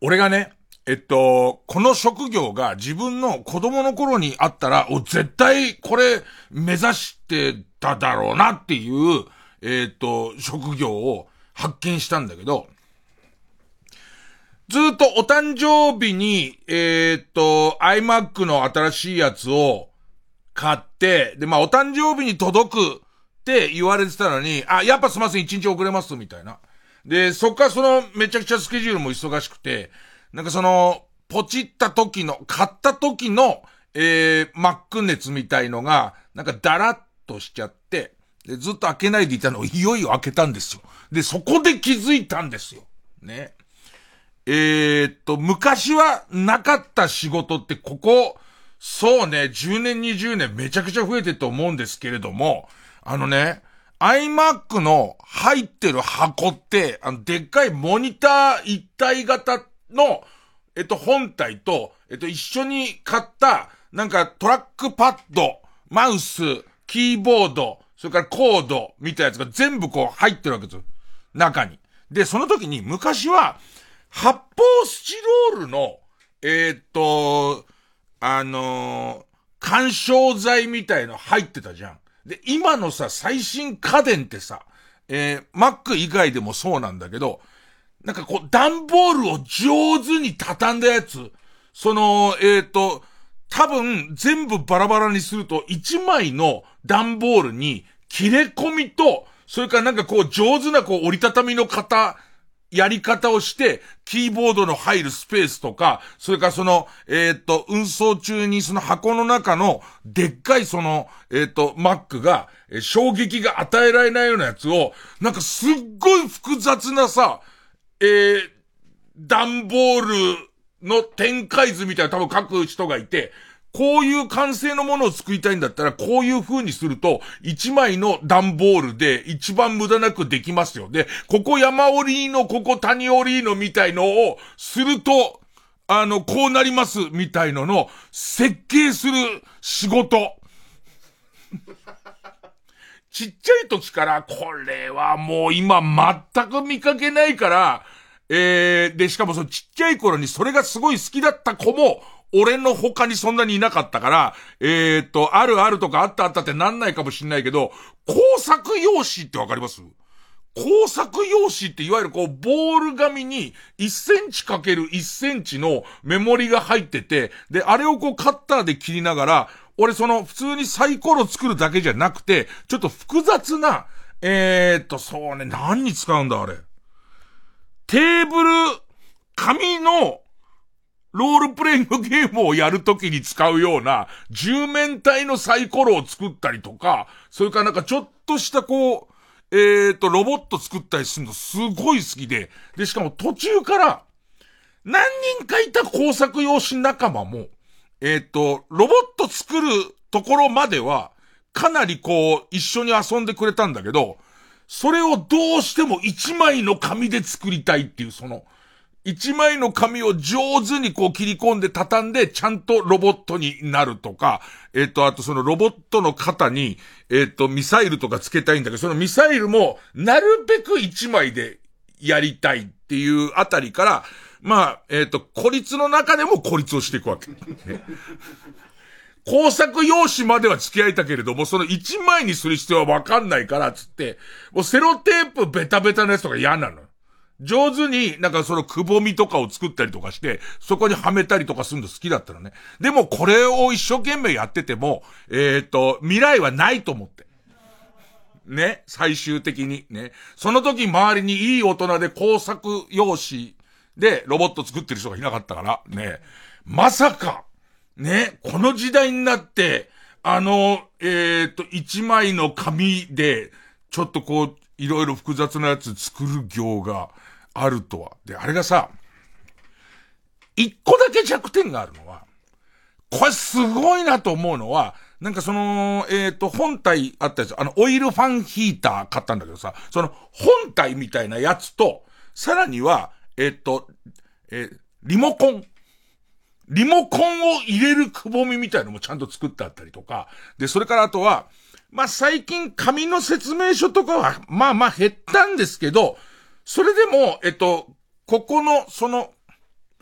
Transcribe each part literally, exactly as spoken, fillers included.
俺がね、えっと、この職業が自分の子供の頃にあったら、お、絶対これ目指してただろうなっていう、えっと、職業を発見したんだけど、ずっとお誕生日に、えっと、iMac の新しいやつを買って、で、まあ、お誕生日に届くって言われてたのに、あ、やっぱすいません、一日遅れます、みたいな。で、そっからその、めちゃくちゃスケジュールも忙しくて、なんかその、ポチった時の、買った時の、えー、Mac 熱みたいのが、なんかダラッとしちゃって、で、ずっと開けないでいたのをいよいよ開けたんですよ。で、そこで気づいたんですよ。ね。えー、っと、昔はなかった仕事ってここ、そうね、じゅうねん、にじゅうねんめちゃくちゃ増えてると思うんですけれども、あのね、iMac の入ってる箱って、あの、でっかいモニター一体型の、えっと、本体と、えっと、一緒に買った、なんかトラックパッド、マウス、キーボード、それからコード、みたいなやつが全部こう入ってるわけですよ。中に。で、その時に昔は、発泡スチロールの、えー、っと、あのー、干渉剤みたいの入ってたじゃん。で、今のさ、最新家電ってさ、えー、Mac 以外でもそうなんだけど、なんかこう、段ボールを上手に畳んだやつ、その、えー、っと、多分全部バラバラにすると一枚の段ボールに切れ込みと、それからなんかこう上手なこう折りたたみの型、やり方をして、キーボードの入るスペースとか、それからその、えっと、運送中にその箱の中の、でっかいその、えっと、Mac が、衝撃が与えられないようなやつを、なんかすっごい複雑なさ、えー、段ボールの展開図みたいな多分書く人がいて、こういう完成のものを作りたいんだったら、こういう風にすると、一枚の段ボールで一番無駄なくできますよ。で、ここ山折りの、ここ谷折りのみたいのをすると、あの、こうなりますみたいのの設計する仕事。ちっちゃい時から、これはもう今全く見かけないから、えー、で、しかもそのちっちゃい頃にそれがすごい好きだった子も、俺の他にそんなにいなかったから、えーっと、あるあるとかあったあったってなんないかもしんないけど、工作用紙ってわかります？工作用紙っていわゆるこう、ボール紙にいっセンチかけるいっセンチのメモリが入ってて、で、あれをこうカッターで切りながら、俺その普通にサイコロ作るだけじゃなくて、ちょっと複雑な、えーっと、そうね、何に使うんだあれ。テーブル、紙の、ロールプレイングゲームをやるときに使うような、十面体のサイコロを作ったりとか、それからなんかちょっとしたこう、えーと、ロボット作ったりするのすごい好きで、で、しかも途中から、何人かいた工作用紙仲間も、えーと、ロボット作るところまでは、かなりこう、一緒に遊んでくれたんだけど、それをどうしても一枚の紙で作りたいっていう、その、一枚の紙を上手にこう切り込んで畳んでちゃんとロボットになるとか、えっと、あとそのロボットの肩に、えっと、ミサイルとかつけたいんだけど、そのミサイルもなるべく一枚でやりたいっていうあたりから、まあ、えっと、孤立の中でも孤立をしていくわけ。ね、工作用紙までは付き合えたけれども、その一枚にする必要はわかんないから、つって、もうセロテープベタベタのやつとか嫌なの。上手になんかそのくぼみとかを作ったりとかして、そこにはめたりとかするの好きだったのね。でもこれを一生懸命やってても、えっと、未来はないと思って。ね、最終的にね。その時周りにいい大人で工作用紙でロボット作ってる人がいなかったから、ね。まさか、ね、この時代になって、あの、えっと、一枚の紙で、ちょっとこう、いろいろ複雑なやつ作る業が、あるとは。で、あれがさ、一個だけ弱点があるのは、これすごいなと思うのは、なんかその、えっと、本体あったやつ、あの、オイルファンヒーター買ったんだけどさ、その本体みたいなやつと、さらには、えっと、えー、リモコン。リモコンを入れるくぼみみたいのもちゃんと作ってあったりとか、で、それからあとは、まあ、最近紙の説明書とかは、まあまあ減ったんですけど、それでも、えっと、ここの、その、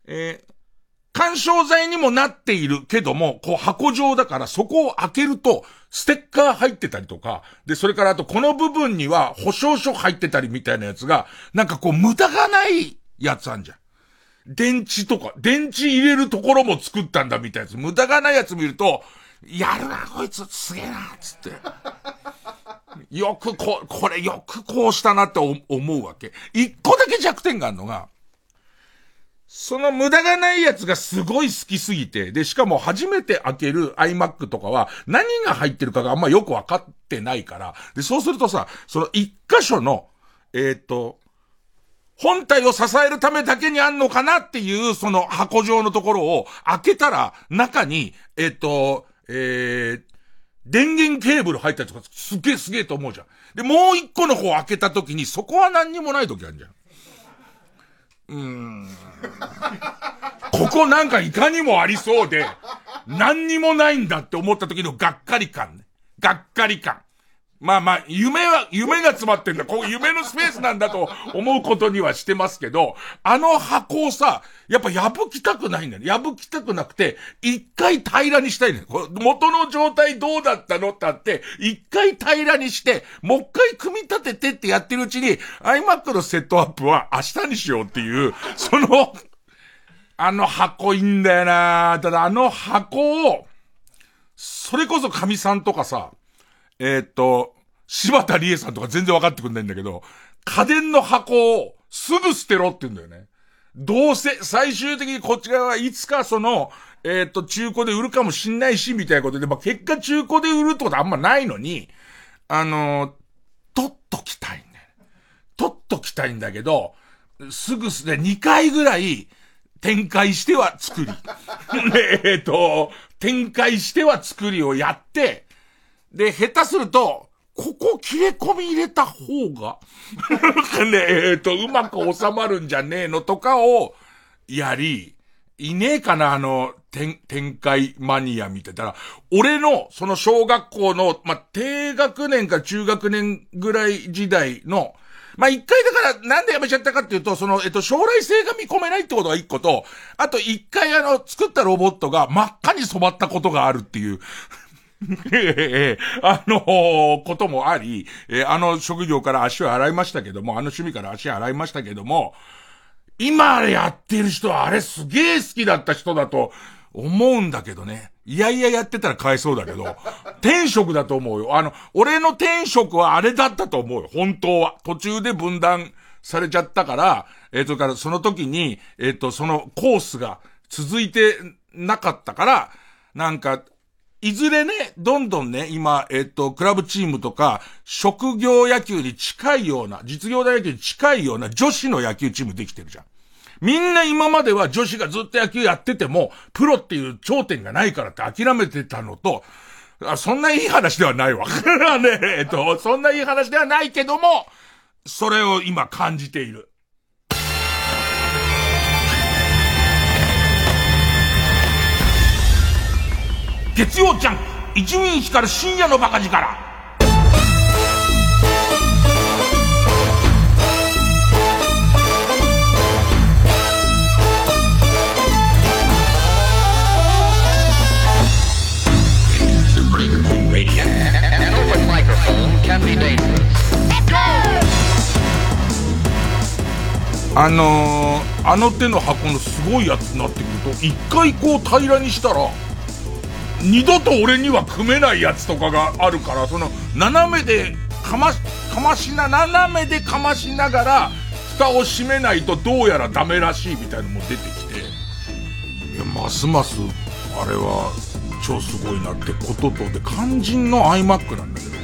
えー、干渉剤にもなっているけども、こう箱状だからそこを開けると、ステッカー入ってたりとか、で、それからあとこの部分には保証書入ってたりみたいなやつが、なんかこう無駄がないやつあんじゃん。電池とか、電池入れるところも作ったんだみたいなやつ。無駄がないやつ見ると、やるなこいつ、すげえな、つって。よくこ、これよくこうしたなって思うわけ。一個だけ弱点があるのが、その無駄がないやつがすごい好きすぎて、で、しかも初めて開ける iMac とかは何が入ってるかがあんまよくわかってないから、で、そうするとさ、その一箇所の、えーっと、本体を支えるためだけにあんのかなっていう、その箱状のところを開けたら、中に、えーっと、えー、電源ケーブル入ったりとか、すげえすげえと思うじゃん。で、もう一個の方開けた時に、そこは何にもない時あるじゃん。うーん。ここなんかいかにもありそうで、何にもないんだって思った時のがっかり感ね。がっかり感。まあまあ、夢は、夢が詰まってんだ。こう夢のスペースなんだと思うことにはしてますけど、あの箱をさ、やっぱ破きたくないんだよね。破きたくなくて、一回平らにしたいね。元の状態どうだったのってあって、一回平らにして、もう一回組み立ててってやってるうちに、iMac のセットアップは明日にしようっていう、その、あの箱いいんだよな。ただあの箱を、それこそ神さんとかさ、えー、っと、柴田理恵さんとか全然分かってくんないんだけど、家電の箱をすぐ捨てろって言うんだよね。どうせ、最終的にこっち側はいつかその、えー、っと、中古で売るかもしんないし、みたいなことで、まあ、結果中古で売るってことはあんまないのに、あのー、取っときたいんだよ。取っときたいんだけど、すぐすでにかいぐらい、展開しては作り。えっと、展開しては作りをやって、で、下手すると、ここ切れ込み入れた方が、ねえっと、うまく収まるんじゃねえのとかを、やり、いねえかな、あの、展、展開マニアみたいな。俺の、その小学校の、まあ、低学年か中学年ぐらい時代の、まあ、一回だから、なんでやめちゃったかっていうと、その、えっと、将来性が見込めないってことが一個と、あと一回あの、作ったロボットが真っ赤に染まったことがあるっていう、ええ、あのー、こともあり、えー、あの職業から足を洗いましたけども、あの趣味から足を洗いましたけども、今やってる人はあれすげえ好きだった人だと思うんだけどね。いやいややってたらかえそうだけど、天職だと思うよ。あの、俺の天職はあれだったと思うよ。本当は。途中で分断されちゃったから、えっと、からその時に、えっと、そのコースが続いてなかったから、なんか、いずれね、どんどんね、今、えっと、クラブチームとか、職業野球に近いような、実業大野球に近いような女子の野球チームできてるじゃん。みんな今までは女子がずっと野球やってても、プロっていう頂点がないからって諦めてたのと、あ、そんないい話ではないわ。ね、えっと、そんないい話ではないけども、それを今感じている。月曜ジャンク伊集院光る深夜のバカ力。あのー、あの手の箱のすごいやつになってくると、一回こう平らにしたら二度と俺には組めないやつとかがあるから、その斜めでかましかましな斜めでかましながら蓋を閉めないとどうやらダメらしいみたいなのも出てきて、いやますますあれは超すごいなってことと、で肝心の iMac なんだけど、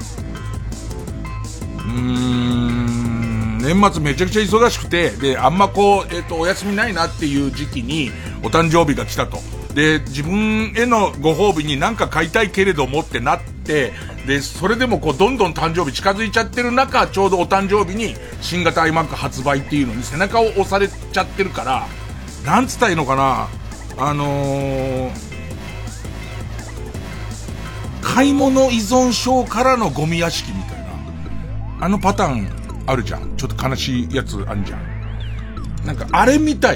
うーん、年末めちゃくちゃ忙しくて、であんまこうえっとお休みないなっていう時期にお誕生日が来たと。で、自分へのご褒美に何か買いたいけれどもってなって、で、それでもこうどんどん誕生日近づいちゃってる中、ちょうどお誕生日に新型 iMac 発売っていうのに背中を押されちゃってるから、なんつったらいいのかな、あのー、買い物依存症からのゴミ屋敷みたいな、あのパターンあるじゃん。ちょっと悲しいやつあるじゃん。なんかあれみたいな、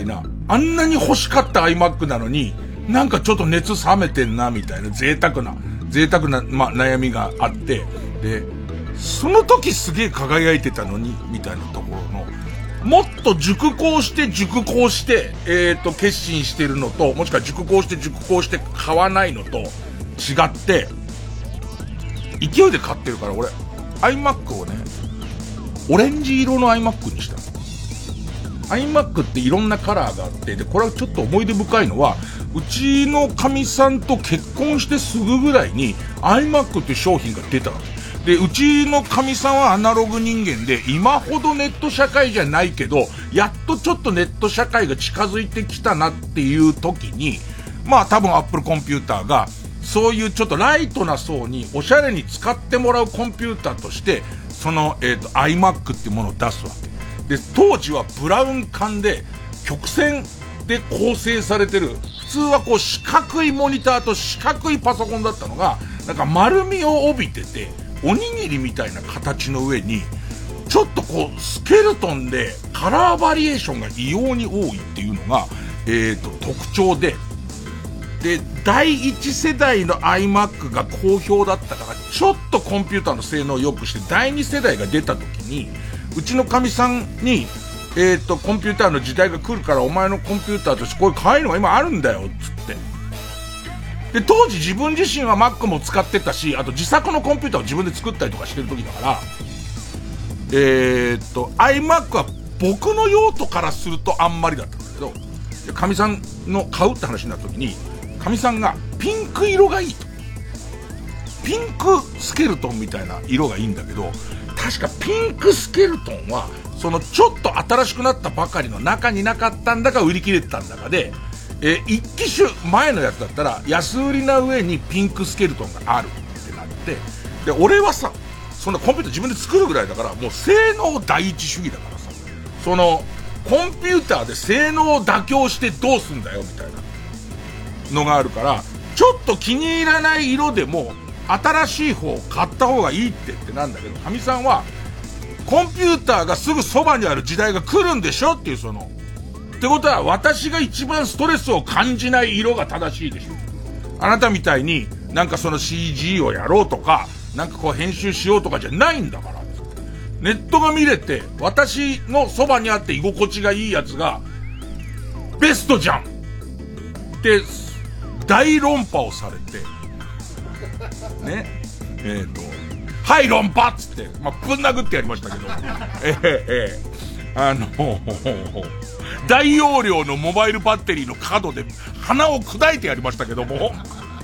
あんなに欲しかった iMac なのに、なんかちょっと熱冷めてんな、みたいな贅沢な、贅沢な、まあ、悩みがあって、で、その時すげえ輝いてたのに、みたいなところの、もっと熟考して熟考して、えっと、決心してるのと、もしくは熟考して熟考して買わないのと違って、勢いで買ってるから俺、iMac をね、オレンジ色の iMac にしたの。iMac っていろんなカラーがあって、で、これはちょっと思い出深いのは、うちの神さんと結婚してすぐぐらいに iMac っていう商品が出たの。で、うちの神さんはアナログ人間で、今ほどネット社会じゃないけど、やっとちょっとネット社会が近づいてきたなっていう時に、まあ多分 Apple コンピューターが、そういうちょっとライトな層におしゃれに使ってもらうコンピューターとして、その、えっと、iMac っていうものを出すわけ。で、当時はブラウン管で、曲線で構成されてる、普通はこう四角いモニターと四角いパソコンだったのが、なんか丸みを帯びてて、おにぎりみたいな形の上に、ちょっとこう、スケルトンでカラーバリエーションが異様に多いっていうのが、えっと、特徴で、で、第一世代の iMac が好評だったから、ちょっとコンピューターの性能を良くして、第二世代が出た時に、うちの神さんに、えっと、コンピューターの時代が来るから、お前のコンピューターとしてこういう可愛いのが今あるんだよ、つって。で、当時自分自身は Mac も使ってたし、あと自作のコンピューターを自分で作ったりとかしてる時だから、えー、っと、iMac は僕の用途からするとあんまりだったんだけど、神さんの買うって話になった時に、神さんがピンク色がいいと。ピンクスケルトンみたいな色がいいんだけど、確かピンクスケルトンは、そのちょっと新しくなったばかりの中になかったんだか売り切れてたんだかで、えー、一機種前のやつだったら安売りな上にピンクスケルトンがあるってなって、で、俺はさ、そんなコンピューター自分で作るぐらいだから、もう性能第一主義だからさ、その、コンピューターで性能を妥協してどうすんだよみたいなのがあるから、ちょっと気に入らない色でも、新しい方を買った方がいいってってなんだけど、神さんは、コンピューターがすぐそばにある時代が来るんでしょっていう、その、ってことは私が一番ストレスを感じない色が正しいでしょ。あなたみたいになんかその シージー をやろうとか、なんかこう編集しようとかじゃないんだから。ネットが見れて、私のそばにあって居心地がいいやつが、ベストじゃんって、大論破をされて、ね、えっと、はい論破っつって、まあ、ぶん殴ってやりましたけど、えー、えー、あの、大容量のモバイルバッテリーの角で鼻を砕いてやりましたけども、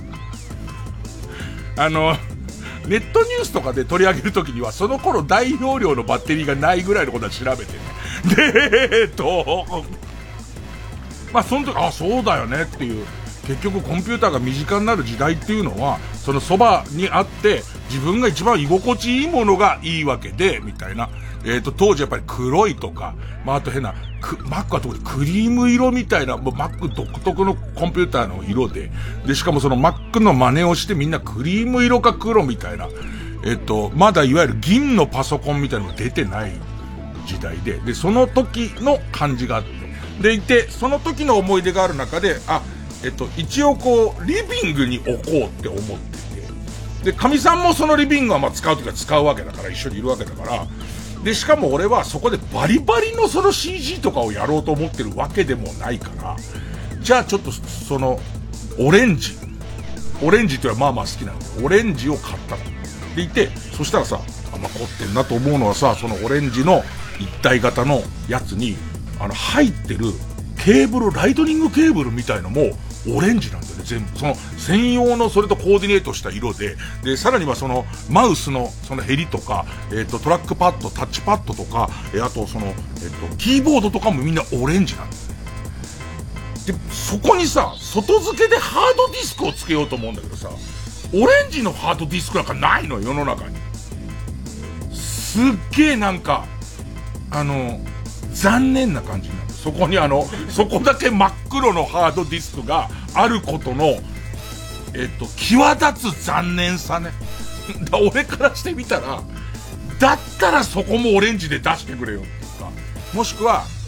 あの、ネットニュースとかで取り上げるときには、その頃大容量のバッテリーがないぐらいのことは調べてね。で、えーっと、まあその時、あ、そうだよねっていう、結局コンピューターが身近になる時代っていうのは、そのそばにあって、自分が一番居心地いいものがいいわけで、みたいな。えっと、当時やっぱり黒いとか、まああと変な、Mac は特にクリーム色みたいな、もう Mac 独特のコンピューターの色で、で、しかもその Mac の真似をしてみんなクリーム色か黒みたいな、えっと、まだいわゆる銀のパソコンみたいなのが出てない時代で、で、その時の感じがあって、でいて、その時の思い出がある中で、あ、えっと、一応こう、リビングに置こうって思ってて、で、神さんもそのリビングはまあ使うときは使うわけだから、一緒にいるわけだから、で、しかも俺はそこでバリバリのその シージー とかをやろうと思ってるわけでもないから、じゃあちょっとその、オレンジ、オレンジっていうのはまあまあ好きなんだよ。オレンジを買ったの。でいて、そしたらさ、あ、まあ凝ってんなと思うのはさ、そのオレンジの一体型のやつに、あの、入ってるケーブル、ライトニングケーブルみたいのも、オレンジなんだよね、全部。その、専用のそれとコーディネートした色で、で、さらにはその、マウスの、そのヘリとか、えっと、トラックパッド、タッチパッドとか、え、あとその、えっと、キーボードとかもみんなオレンジなんだよ。で、そこにさ、外付けでハードディスクをつけようと思うんだけどさ、オレンジのハードディスクなんかないの、世の中に。すっげえなんか、あの、残念な感じになる。そこにあの、そこだけ真っ黒のハードディスクがあることの、えっと、際立つ残念さね。だ俺からしてみたら、だったらそこもオレンジで出してくれよっていうか、もしくは、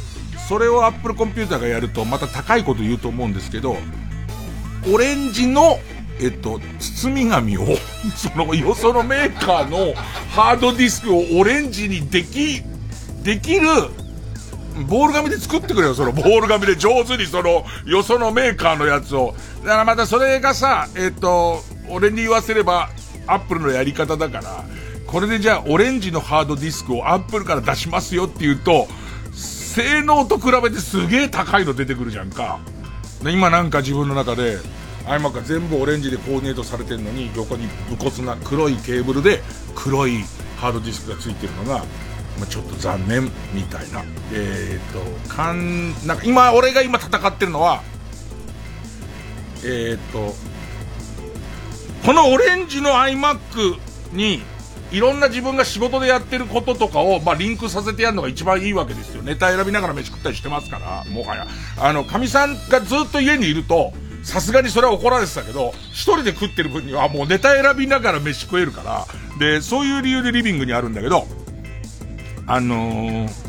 それをアップルコンピューターがやるとまた高いこと言うと思うんですけど、オレンジのえっと包み紙をそのよそのメーカーのハードディスクをオレンジにできできるボール紙で作ってくれよ。そのボール紙で上手にそのよそのメーカーのやつを。だからまたそれがさ、えっと俺に言わせればアップルのやり方だから、これでじゃあオレンジのハードディスクをアップルから出しますよって言うと、性能と比べてすげえ高いの出てくるじゃんか。今なんか自分の中で iMac が全部オレンジでコーディネートされてるのに、横に無骨な黒いケーブルで黒いハードディスクがついてるのが、まあ、ちょっと残念みたいな。えー、っとかんなんか今俺が今戦ってるのは、えー、っとこのオレンジの iMac にいろんな自分が仕事でやってることとかを、まあ、リンクさせてやるのが一番いいわけですよ。ネタ選びながら飯食ったりしてますから、もはや。あの、神さんがずっと家にいると、さすがにそれは怒られてたけど、一人で食ってる分にはもうネタ選びながら飯食えるから、で、そういう理由でリビングにあるんだけど、あのー、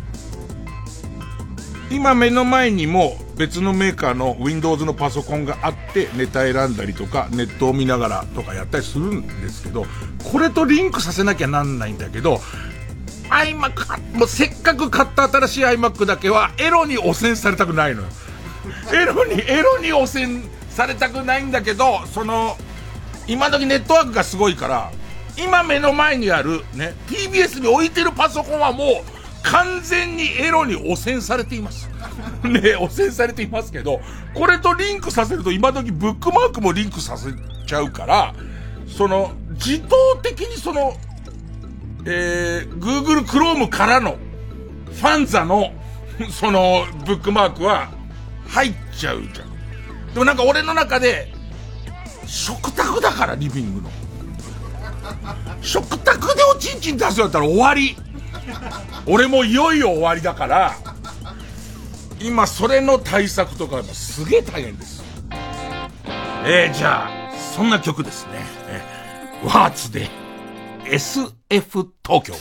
今目の前にも別のメーカーの Windows のパソコンがあって、ネタ選んだりとかネットを見ながらとかやったりするんですけど、これとリンクさせなきゃなんないんだけど、 iMac もうせっかく買った新しい iMac だけはエロに汚染されたくないのよ。エロにエロに汚染されたくないんだけど、その今時ネットワークがすごいから、今目の前にあるね ティービーエス に置いてるパソコンはもう完全にエロに汚染されていますね、汚染されていますけど、これとリンクさせると今時ブックマークもリンクさせちゃうから、その自動的にそのえー、Google Chrome からのファンザのそのブックマークは入っちゃうじゃん。でもなんか俺の中で食卓だから、リビングの食卓でおちんちん出すようだったら終わり。俺もいよいよ終わりだから、今それの対策とかすげえ大変です。えー、じゃあそんな曲ですね、えー、ワーツで エスエフ 東京。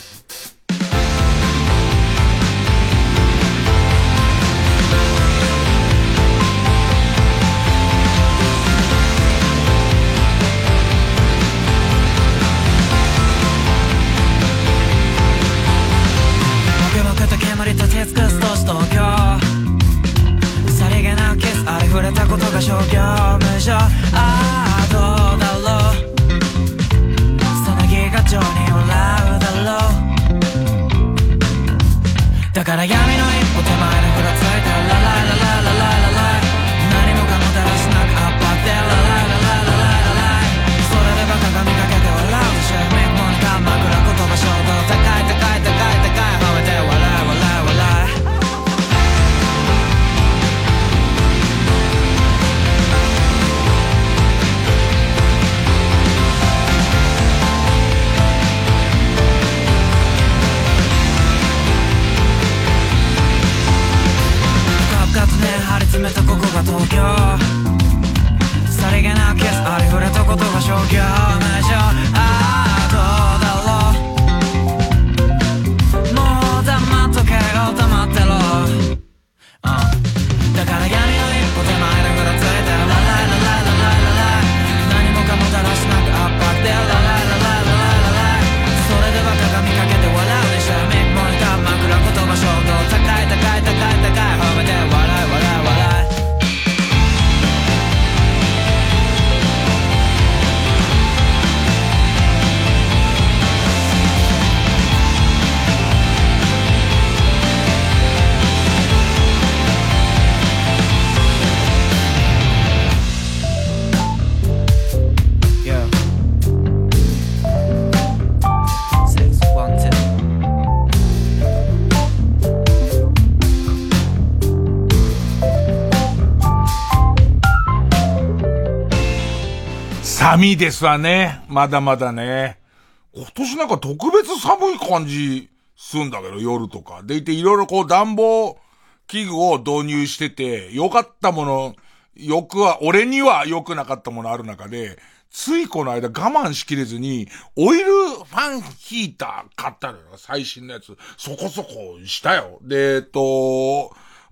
手つくすとし東京、さりげなくキスありふれたことが商業無常。ああどうだろう、さなぎが情に笑うだろう。だから闇の一歩手前でふらついてララララララララ、何もかもだらしなくアッパってララララララララ、それでバカが見かけて笑うでしょ。メイクモニター枕言葉衝動、高い高い高い高い褒めて笑う笑う笑う。張り詰めたここが東京、さりげなくキスありふれたことが商業無常。ああどうだろう、もう黙っとけよ黙ってろ、uh、だから闇の一歩手前でふらついてラララララララ、何もかもだらしなくアッパーってラララララララ、それでバカが見かけて笑うでしょ。メイクモニター枕言葉衝動、高い高い高い高い褒めて笑う笑う笑う。 寒いですわね。まだまだね。今年なんか特別寒い感じすんだけど、夜とか。でいていろいろこう暖房器具を導入してて、良かったもの、よくは、俺には良くなかったものある中で、ついこの間我慢しきれずに、オイルファンヒーター買ったのよ。最新のやつ。そこそこしたよ。で、えっと、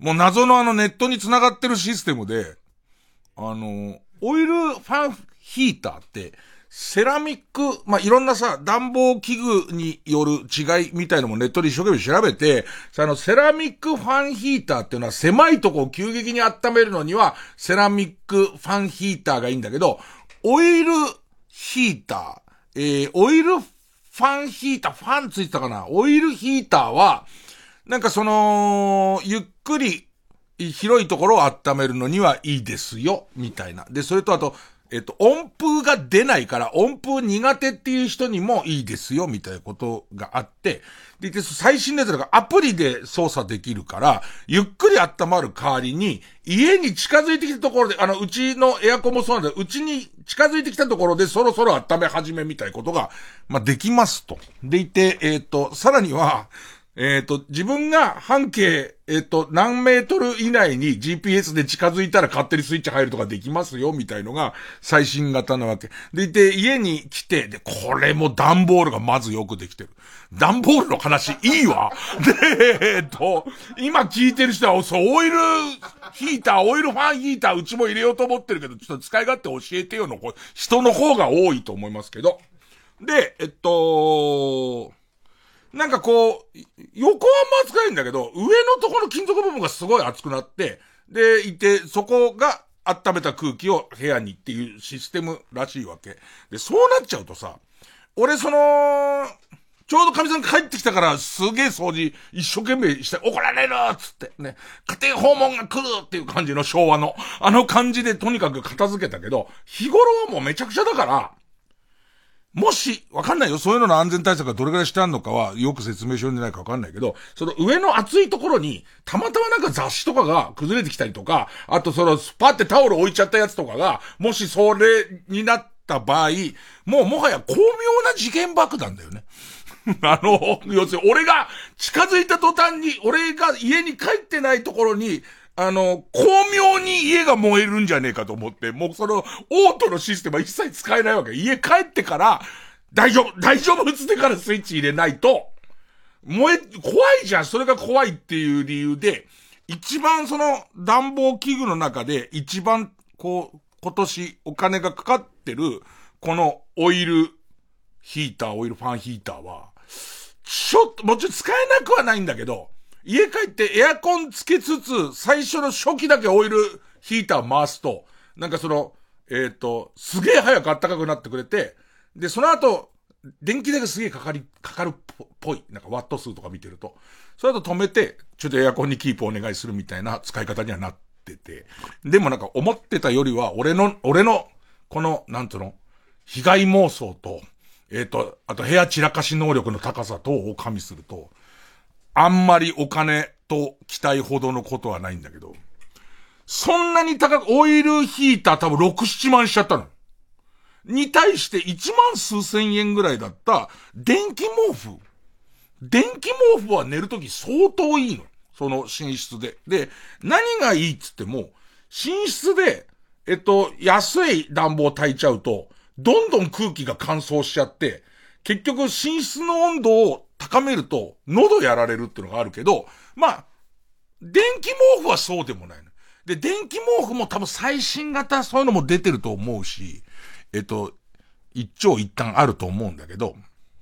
もう謎のあのネットに繋がってるシステムで、あの、オイルファンヒーターって、セラミック、まあ、いろんなさ、暖房器具による違いみたいのもネットで一生懸命調べて、あの、セラミックファンヒーターっていうのは狭いとこを急激に温めるのには、セラミックファンヒーターがいいんだけど、オイルヒーター、えー、オイルファンヒーター、ファンついてたかな？オイルヒーターは、なんかその、ゆっくり広いところを温めるのにはいいですよ、みたいな。で、それとあと、えっと、温風が出ないから、温風苦手っていう人にもいいですよ、みたいなことがあって、で、で最新のやつがアプリで操作できるから、ゆっくり温まる代わりに、家に近づいてきたところで、あの、うちのエアコンもそうなんで、うちに近づいてきたところでそろそろ温め始めみたいなことが、まあ、できますと。でいて、えっと、さらには、えっと、自分が半径、えっと、何メートル以内に ジーピーエス で近づいたら勝手にスイッチ入るとかできますよ、みたいのが最新型なわけ。でいて、家に来て、で、これも段ボールがまずよくできてる。段ボールの話いいわ。で、えっと、今聞いてる人は、そう、オイルヒーター、オイルファンヒーター、うちも入れようと思ってるけど、ちょっと使い勝手教えてよの、人の方が多いと思いますけど。で、えっと、なんかこう、横はまあ使えるんだけど、上のところの金属部分がすごい熱くなって、で、いて、そこが温めた空気を部屋にっていうシステムらしいわけ。で、そうなっちゃうとさ、俺その、ちょうど神さん帰ってきたからすげえ掃除一生懸命して怒られるっつってね、家庭訪問が来るっていう感じの昭和の、あの感じでとにかく片付けたけど、日頃はもうめちゃくちゃだから、もし、わかんないよ。そういうのの安全対策がどれくらいしてあるのかは、よく説明書にないかわかんないけど、その上の熱いところに、たまたまなんか雑誌とかが崩れてきたりとか、あとその、スパってタオル置いちゃったやつとかが、もしそれになった場合、もうもはや巧妙な事件爆弾だよね。あの、要するに俺が近づいた途端に、俺が家に帰ってないところに、あの、巧妙に家が燃えるんじゃねえかと思って、もうその、オートのシステムは一切使えないわけ。家帰ってから、大丈夫、大丈夫っつってからスイッチ入れないと、燃え、怖いじゃん。それが怖いっていう理由で、一番その、暖房器具の中で、一番、こう、今年お金がかかってる、このオイルヒーター、オイルファンヒーターは、ちょっと、もちろん使えなくはないんだけど、家帰ってエアコンつけつつ、最初の初期だけオイルヒーター回すと、なんかその、えっと、すげえ早く暖かくなってくれて、で、その後、電気代がすげえかかり、かかるっぽい。なんかワット数とか見てると。その後止めて、ちょっとエアコンにキープお願いするみたいな使い方にはなってて。でもなんか思ってたよりは、俺の、俺の、この、なんつうの、被害妄想と、えっと、あと部屋散らかし能力の高さ等を加味すると、あんまりお金と期待ほどのことはないんだけど、そんなに高く、オイルヒーター多分ろく、ななまんしちゃったの。に対していちまん数千円ぐらいだった電気毛布。電気毛布は寝るとき相当いいの。その寝室で。で、何がいいっつっても、寝室で、えっと、安い暖房焚いちゃうと、どんどん空気が乾燥しちゃって、結局寝室の温度を高めると喉やられるっていうのがあるけど、まあ、電気毛布はそうでもないの。で、電気毛布も多分最新型そういうのも出てると思うし、えっと、一長一短あると思うんだけど、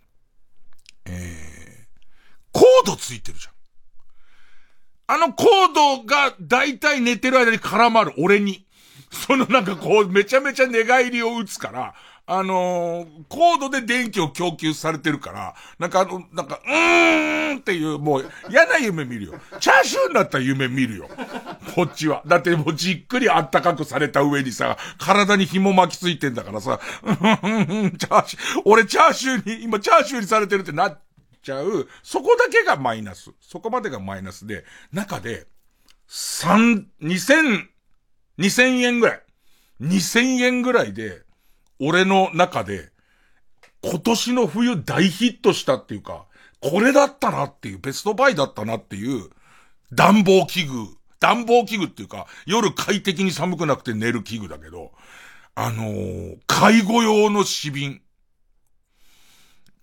えー、コードついてるじゃん。あのコードがだいたい寝てる間に絡まる俺に。そのなんかこうめちゃめちゃ寝返りを打つから、あのー、コードで電気を供給されてるから、なんかあの、なんか、うーんっていう、もう嫌な夢見るよ。チャーシューになった夢見るよ。こっちは。だってもうじっくりあったかくされた上にさ、体に紐巻きついてんだからさ、うんうんうん、チャーシュー、俺チャーシューに、今チャーシューにされてるってなっちゃう。そこだけがマイナス。そこまでがマイナスで、中で、三、二千、二千円ぐらい。二千円ぐらいで、俺の中で、今年の冬大ヒットしたっていうか、これだったなっていう、ベストバイだったなっていう、暖房器具、暖房器具っていうか、夜快適に寒くなくて寝る器具だけど、あのー、介護用の紙瓶。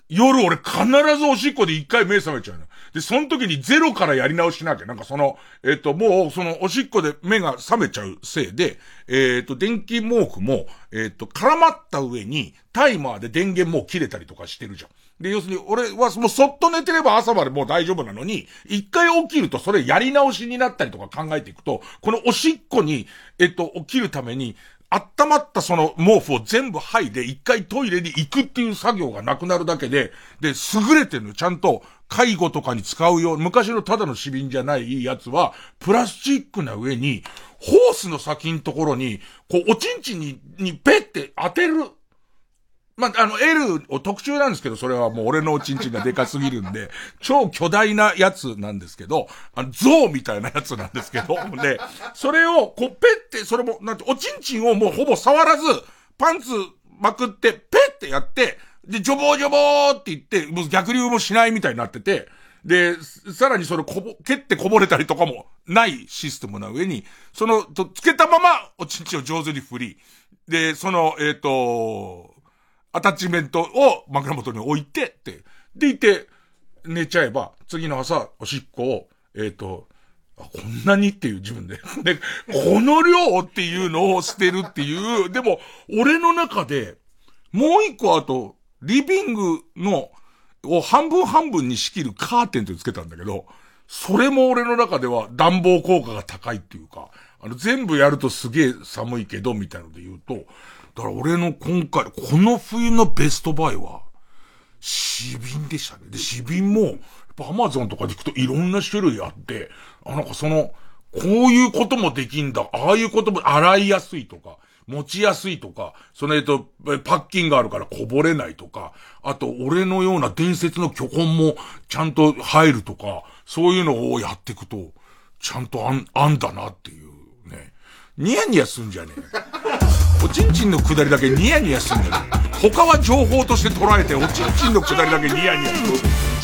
夜俺必ずおしっこで一回目覚めちゃうの。で、その時にゼロからやり直しなきゃ。なんかその、えっと、もうそのおしっこで目が覚めちゃうせいで、えっと、電気毛布も、えっと、絡まった上にタイマーで電源もう切れたりとかしてるじゃん。で、要するに俺はもうそっと寝てれば朝までもう大丈夫なのに、一回起きるとそれやり直しになったりとか考えていくと、このおしっこに、えっと、起きるために、温まったその毛布を全部剥いで一回トイレに行くっていう作業がなくなるだけで、で、優れてるの。ちゃんと介護とかに使うよう、昔のただの紙瓶じゃないやつは、プラスチックな上に、ホースの先のところに、こう、おちんちんに、にペッて当てる。まあ、あの、L を特注なんですけど、それはもう俺のおちんちんがでかすぎるんで、超巨大なやつなんですけど、あの、象みたいなやつなんですけど、で、それを、こう、ペッて、それも、なんて、おちんちんをもうほぼ触らず、パンツまくって、ペッてやって、で、ジョボージョボーって言って、もう逆流もしないみたいになってて、で、さらにそれこぼ、蹴ってこぼれたりとかもないシステムな上に、その、と、つけたまま、おちんちんを上手に振り、で、その、えっと、アタッチメントを枕元に置いて、って、でいて、寝ちゃえば、次の朝、おしっこを、えっ、ー、と、こんなにっていう自分で、で、この量っていうのを捨てるっていう、でも、俺の中で、もう一個あと、リビングの、を半分半分に仕切るカーテンってつけたんだけど、それも俺の中では暖房効果が高いっていうか、あの、全部やるとすげえ寒いけど、みたいなので言うと、だから俺の今回、この冬のベストバイは、紙瓶でしたね。で、紙瓶も、やっぱアマゾンとかで行くといろんな種類あって、あ、なんかその、こういうこともできんだ、ああいうことも洗いやすいとか、持ちやすいとか、そのえっと、パッキンがあるからこぼれないとか、あと俺のような伝説の巨根もちゃんと入るとか、そういうのをやっていくと、ちゃんとあん、あんだなっていうね。ニヤニヤすんじゃねえ。おちんちんのくだりだけニヤニヤすんじゃねえ。他は情報として捉えて、おちんちんのくだりだけニヤニヤする。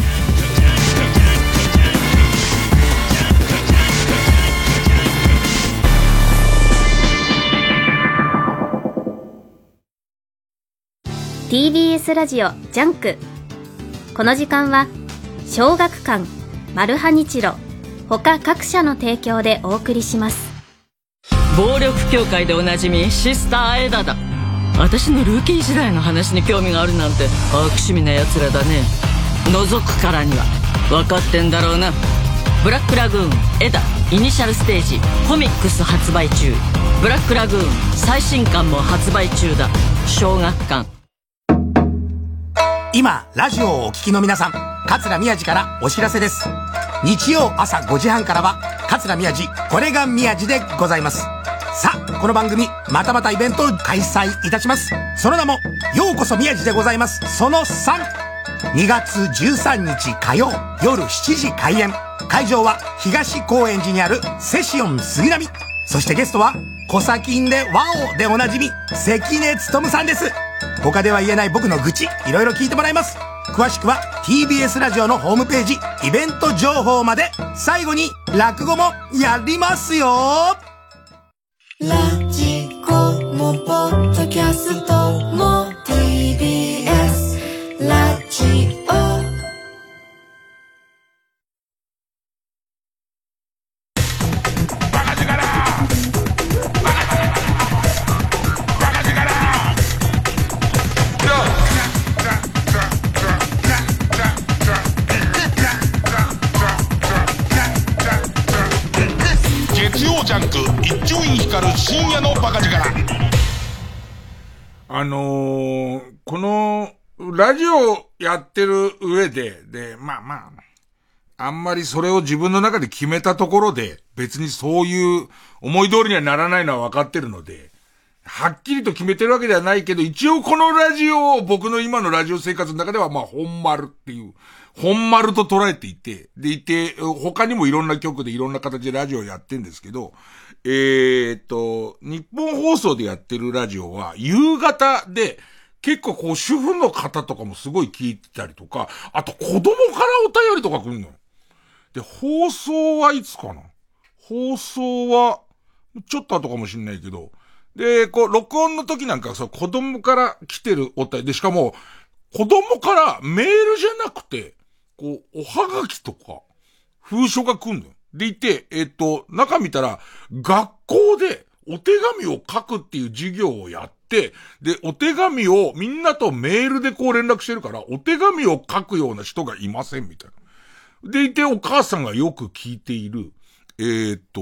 ティービーエス ラジオジャンク。この時間は小学館、マルハニチロ他各社の提供でお送りします。 暴力協会でおなじみシスターエダだ。私のルーキー時代の話に興味があるなんて悪趣味な奴らだね。覗くからには分かってんだろうな。ブラックラグーンエダイニシャルステージコミックス発売中。ブラックラグーン最新刊も発売中だ。小学館。 今ラジオをお聞きの皆さん、桂宮治からお知らせです。日曜朝ごじはんからは桂宮治これが宮治でございます。さあこの番組またまたイベントを開催いたします。その名もようこそ宮治でございます。そのさん、にがつじゅうさんにち火曜夜しちじ開演。会場は東高円寺にあるセシオン杉並。そしてゲストはコサキンでワオでおなじみ関根勤さんです。他では言えない僕の愚痴いろいろ聞いてもらいます。詳しくは ティービーエス ラジオのホームページイベント情報まで。最後に落語もやりますよ。 ラジコもポッドキャストも ティービーエス ラジオ。 深夜のバカ力。あのー、このラジオやってる上で、で、まあまあ、あんまりそれを自分の中で決めたところで、別にそういう思い通りにはならないのは分かってるので、はっきりと決めてるわけではないけど、一応このラジオを僕の今のラジオ生活の中では、まあ本丸っていう、本丸と捉えていて、でいて、他にもいろんな局でいろんな形でラジオをやってるんですけど、えーっと、日本放送でやってるラジオは夕方で結構こう主婦の方とかもすごい聞いてたりとか、あと子供からお便りとか来るの。で、放送はいつかな？放送はちょっと後かもしんないけど、で、こう録音の時なんかそう子供から来てるお便りで、しかも子供からメールじゃなくて、こう、おはがきとか、封書が来んのよ。でいて、えっと、中見たら、学校でお手紙を書くっていう授業をやって、で、お手紙をみんなとメールでこう連絡してるから、お手紙を書くような人がいません、みたいな。でいて、お母さんがよく聞いている、えっと、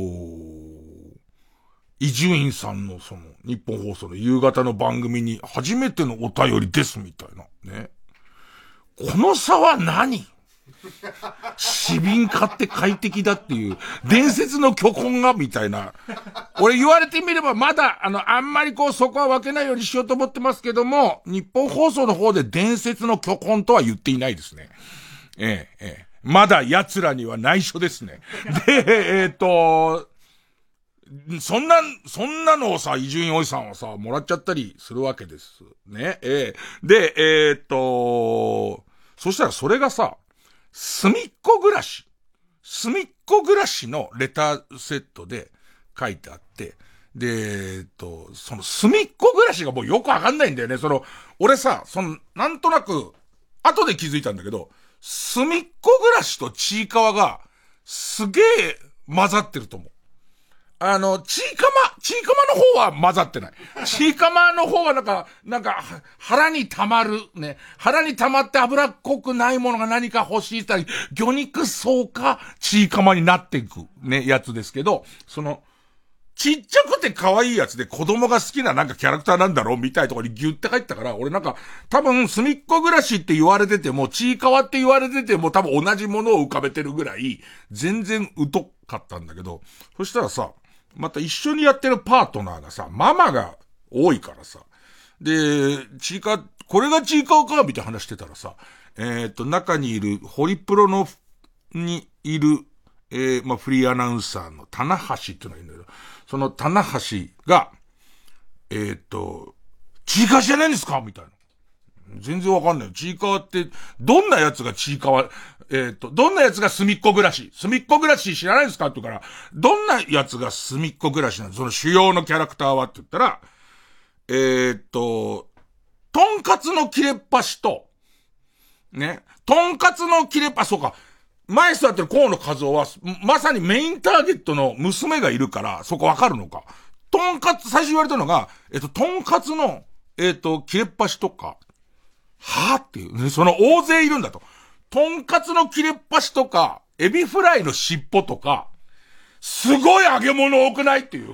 伊集院さんのその、日本放送の夕方の番組に初めてのお便りです、みたいな。ね。この差は何？市民化って快適だっていう伝説の巨根がみたいな。俺言われてみればまだあのあんまりこうそこは分けないようにしようと思ってますけども、日本放送の方で伝説の巨根とは言っていないですね。ええええ、まだ奴らには内緒ですね。で、えっとそんなそんなのをさ、伊集院おじさんはさもらっちゃったりするわけですね。ええ、で、えっとそしたらそれがさ、すみっこ暮らし。すみっこ暮らしのレターセットで書いてあって、で、えっと、そのすみっこ暮らしがもうよくわかんないんだよね。その、俺さ、その、なんとなく、後で気づいたんだけど、すみっこ暮らしとちいかわが、すげえ混ざってると思う。あの、ちいかま、ちいかまの方は混ざってない。ちいかまの方はなんか、なんか、腹に溜まる、ね。腹に溜まって脂っこくないものが何か欲しいたり、魚肉そうか、ちいかまになっていく、ね、やつですけど、その、ちっちゃくて可愛いやつで子供が好きななんかキャラクターなんだろうみたいなところにギュッて入ったから、俺なんか、多分、すみっこ暮らしって言われてても、ちいかわって言われてても、多分同じものを浮かべてるぐらい、全然疎かったんだけど、そしたらさ、また一緒にやってるパートナーがさ、ママが多いからさ。で、ちいか、これがちいかわかみたいな話してたらさ、えっと、中にいる、ホリプロの、にいる、えー、まあ、フリーアナウンサーの棚橋っていうのがいるんだけど、その棚橋が、えっと、ちいかわじゃないんですかみたいな。全然わかんないよ。ちいかわって、どんなやつがちいかわ、えっと、どんなやつがすみっこ暮らしすみっこ暮らし知らないですかって言うから、どんなやつがすみっこ暮らしなのその主要のキャラクターはって言ったら、えっと、とんかつの切れっ端と、ね、とんかつの切れっ端、そうか、前座ってる河野和夫は、まさにメインターゲットの娘がいるから、そこわかるのか。とんかつ、最初言われたのが、えっと、とんかつの、えっと、切れっ端とか、はぁっていう、ね、その大勢いるんだと。とんかつの切れっ端とか、エビフライの尻尾とか、すごい揚げ物多くないっていう。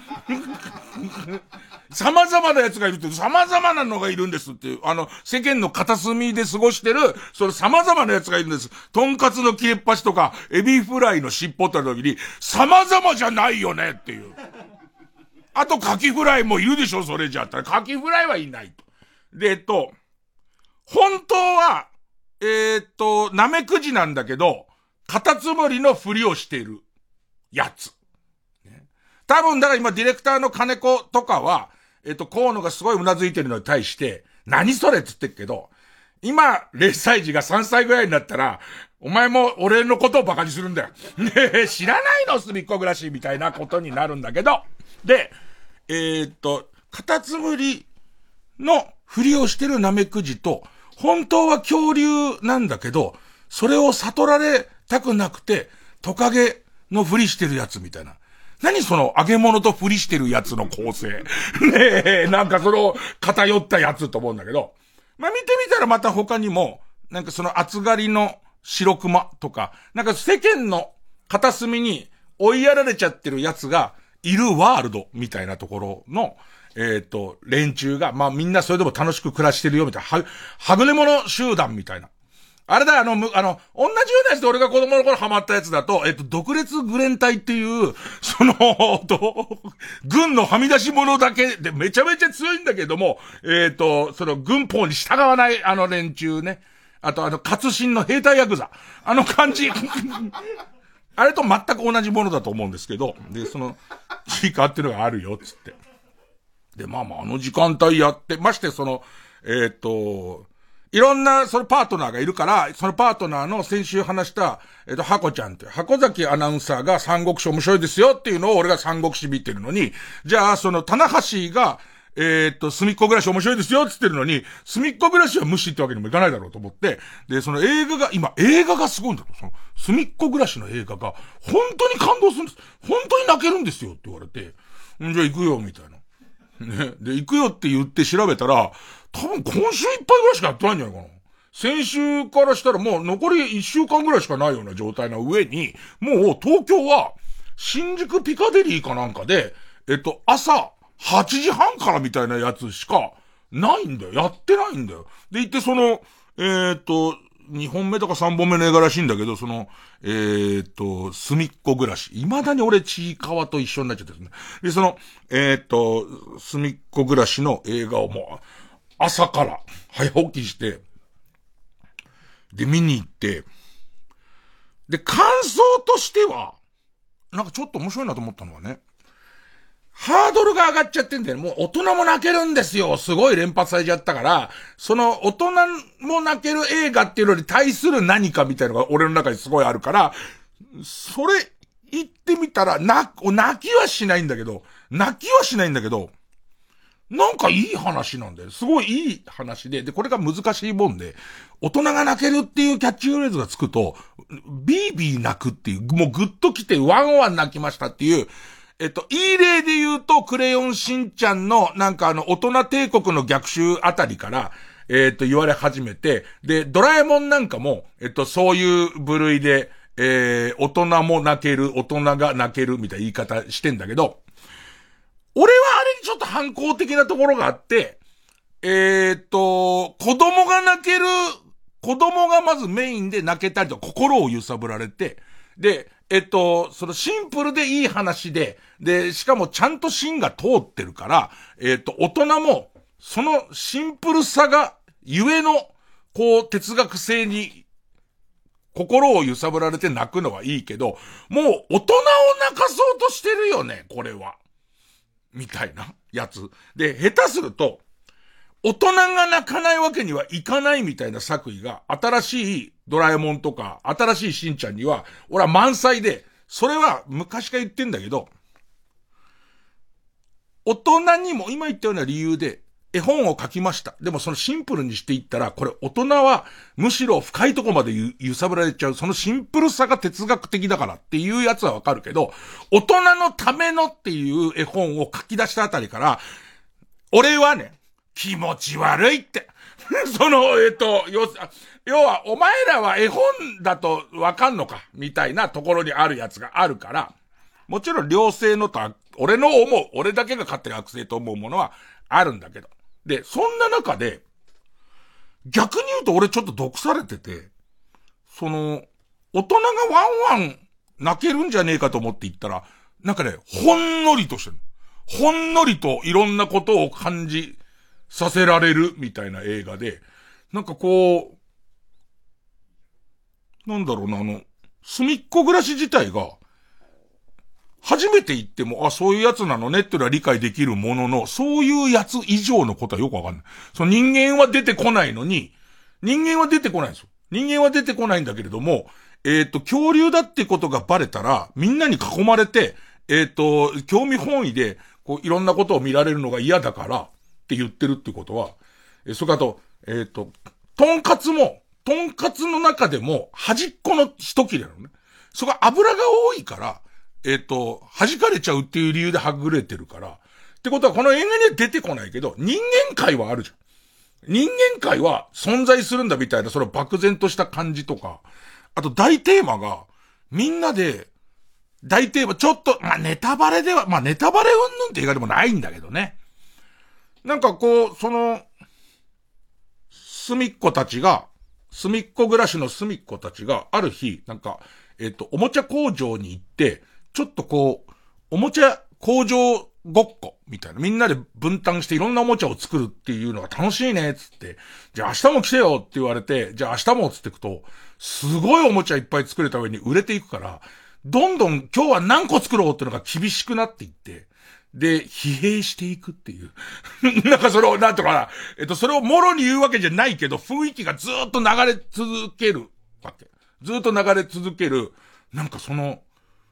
様々なやつがいるって、様々なのがいるんですっていう。あの、世間の片隅で過ごしてる、その様々なやつがいるんです。とんかつの切れっ端とか、エビフライの尻尾って時に、様々じゃないよねっていう。あと、カキフライもいるでしょ、それじゃったら。カキフライはいないと。で、えっと、本当は、えー、っと、なめくじなんだけど、カタツムリのふりをしているやつ。ね、多分、だから今ディレクターの金子とかは、えー、っと、河野がすごいうなずいてるのに対して、何それって言ってるけど、今、れいさい児がさんさいぐらいになったら、お前も俺のことをバカにするんだよ。ねえ、知らないのすみっこ暮らしみたいなことになるんだけど、で、えー、っと、カタツムリのふりをしてるなめくじと、本当は恐竜なんだけど、それを悟られたくなくて、トカゲのふりしてるやつみたいな。何その揚げ物とふりしてるやつの構成。ねえ、なんかその偏ったやつと思うんだけど。まあ、見てみたらまた他にも、なんかその厚刈りの白熊とか、なんか世間の片隅に追いやられちゃってるやつがいるワールドみたいなところの、えっと、連中が、まあみんなそれでも楽しく暮らしてるよみたいな、は、はぐれ者集団みたいな。あれだ、あの、む、あの、同じようなやつで俺が子供の頃ハマったやつだと、えっと、独立グレン隊っていう、その、と、軍のはみ出し者だけでめちゃめちゃ強いんだけども、えっと、その軍法に従わないあの連中ね。あとあの、活心の兵隊ヤクザ。あの感じ。あれと全く同じものだと思うんですけど、で、その、ちいかわっていうのがあるよ、つって。で、まあまあ、あの時間帯やって、まして、その、えっと、いろんな、そのパートナーがいるから、そのパートナーの先週話した、えっと、ハコちゃんって、箱崎アナウンサーが三国志面白いですよっていうのを俺が三国志見てるのに、じゃあ、その、棚橋が、 えー、っと、すみっこ暮らし面白いですよって言ってるのに、すみっこ暮らしは無視ってわけにもいかないだろうと思って、で、その映画が、今映画がすごいんだと。その、すみっこ暮らしの映画が、本当に感動するんです。本当に泣けるんですよって言われて、んじゃあ行くよ、みたいな。ね。で、行くよって言って調べたら、多分今週いっぱいぐらいしかやってないんじゃないかな。先週からしたらもう残りいっしゅうかんぐらいしかないような状態の上に、もう東京は、新宿ピカデリーかなんかで、えっと、朝、はちじはんからみたいなやつしかないんだよ。やってないんだよ。で、行ってその、えー、っと、にほんめとかさんぼんめの映画らしいんだけど、その、えー、っと、すみっこ暮らし。未だに俺、ちいかわと一緒になっちゃってるんですね。で、その、えー、っと、すみっこ暮らしの映画をもう、朝から早起きして、で、見に行って、で、感想としては、なんかちょっと面白いなと思ったのはね、ハードルが上がっちゃってんだよね。もう大人も泣けるんですよ。すごい連発されちゃったから、その大人も泣ける映画っていうのに対する何かみたいなのが俺の中にすごいあるから、それ言ってみたら、泣、泣きはしないんだけど、泣きはしないんだけど、なんかいい話なんだよ。すごいいい話で、で、これが難しいもんで、大人が泣けるっていうキャッチフレーズがつくと、ビービー泣くっていう、もうグッと来てワンワン泣きましたっていう、えっと、いい例で言うと、クレヨンしんちゃんの、なんかあの、大人帝国の逆襲あたりから、えっと、言われ始めて、で、ドラえもんなんかも、えっと、そういう部類で、えー、大人も泣ける、大人が泣けるみたいな言い方してんだけど、俺はあれにちょっと反抗的なところがあって、えー、っと、子供が泣ける、子供がまずメインで泣けたりと心を揺さぶられて、で、えっと、そのシンプルでいい話で、で、しかもちゃんと芯が通ってるから、えっと、大人も、そのシンプルさが、ゆえの、こう、哲学性に、心を揺さぶられて泣くのはいいけど、もう大人を泣かそうとしてるよね、これは。みたいなやつ。で、下手すると、大人が泣かないわけにはいかないみたいな作為が、新しいドラえもんとか、新しいしんちゃんには、俺は満載で、それは昔から言ってんだけど、大人にも今言ったような理由で、絵本を書きました。でもそのシンプルにしていったら、これ大人はむしろ深いところまで揺さぶられちゃう。そのシンプルさが哲学的だからっていうやつはわかるけど、大人のためのっていう絵本を書き出したあたりから、俺はね、気持ち悪いって。その、えっと、要は、お前らは絵本だとわかんのかみたいなところにあるやつがあるから、もちろん良性のと、俺の思う、俺だけが勝手に悪性と思うものはあるんだけど。で、そんな中で、逆に言うと俺ちょっと毒されてて、その、大人がワンワン泣けるんじゃねえかと思って言ったら、なんかね、ほんのりとしてる。ほんのりといろんなことを感じさせられるみたいな映画で、なんかこう、なんだろうな、あの、すみっこ暮らし自体が、初めて言っても、あ、そういうやつなのねっていうのは理解できるものの、そういうやつ以上のことはよくわかんない。その人間は出てこないのに、人間は出てこないんですよ。人間は出てこないんだけれども、えっと、恐竜だってことがバレたら、みんなに囲まれて、えっと、興味本位で、こう、いろんなことを見られるのが嫌だから、って言ってるってことは、え、それからと、えっと、とんかつも、とんかつの中でも、端っこの一切れなのね。そこは油が多いから、えっと、弾かれちゃうっていう理由ではぐれてるから。ってことはこの映画には出てこないけど、人間界はあるじゃん。人間界は存在するんだみたいな、その漠然とした感じとか。あと大テーマが、みんなで、大テーマ、ちょっと、まあ、ネタバレでは、まあ、ネタバレうんぬんって映画でもないんだけどね。なんかこう、その、すみっこたちが、すみっこ暮らしのすみっこたちが、ある日、なんか、えっと、おもちゃ工場に行って、ちょっとこう、おもちゃ工場ごっこみたいな。みんなで分担していろんなおもちゃを作るっていうのが楽しいね、つって。じゃあ明日も来てよって言われて、じゃあ明日もつってくと、すごいおもちゃいっぱい作れた上に売れていくから、どんどん今日は何個作ろうっていうのが厳しくなっていって、で、疲弊していくっていう。なんかそれを、なんとかな、えっと、それをもろに言うわけじゃないけど、雰囲気がずっと流れ続けるわけ。ずっと流れ続ける、なんかその、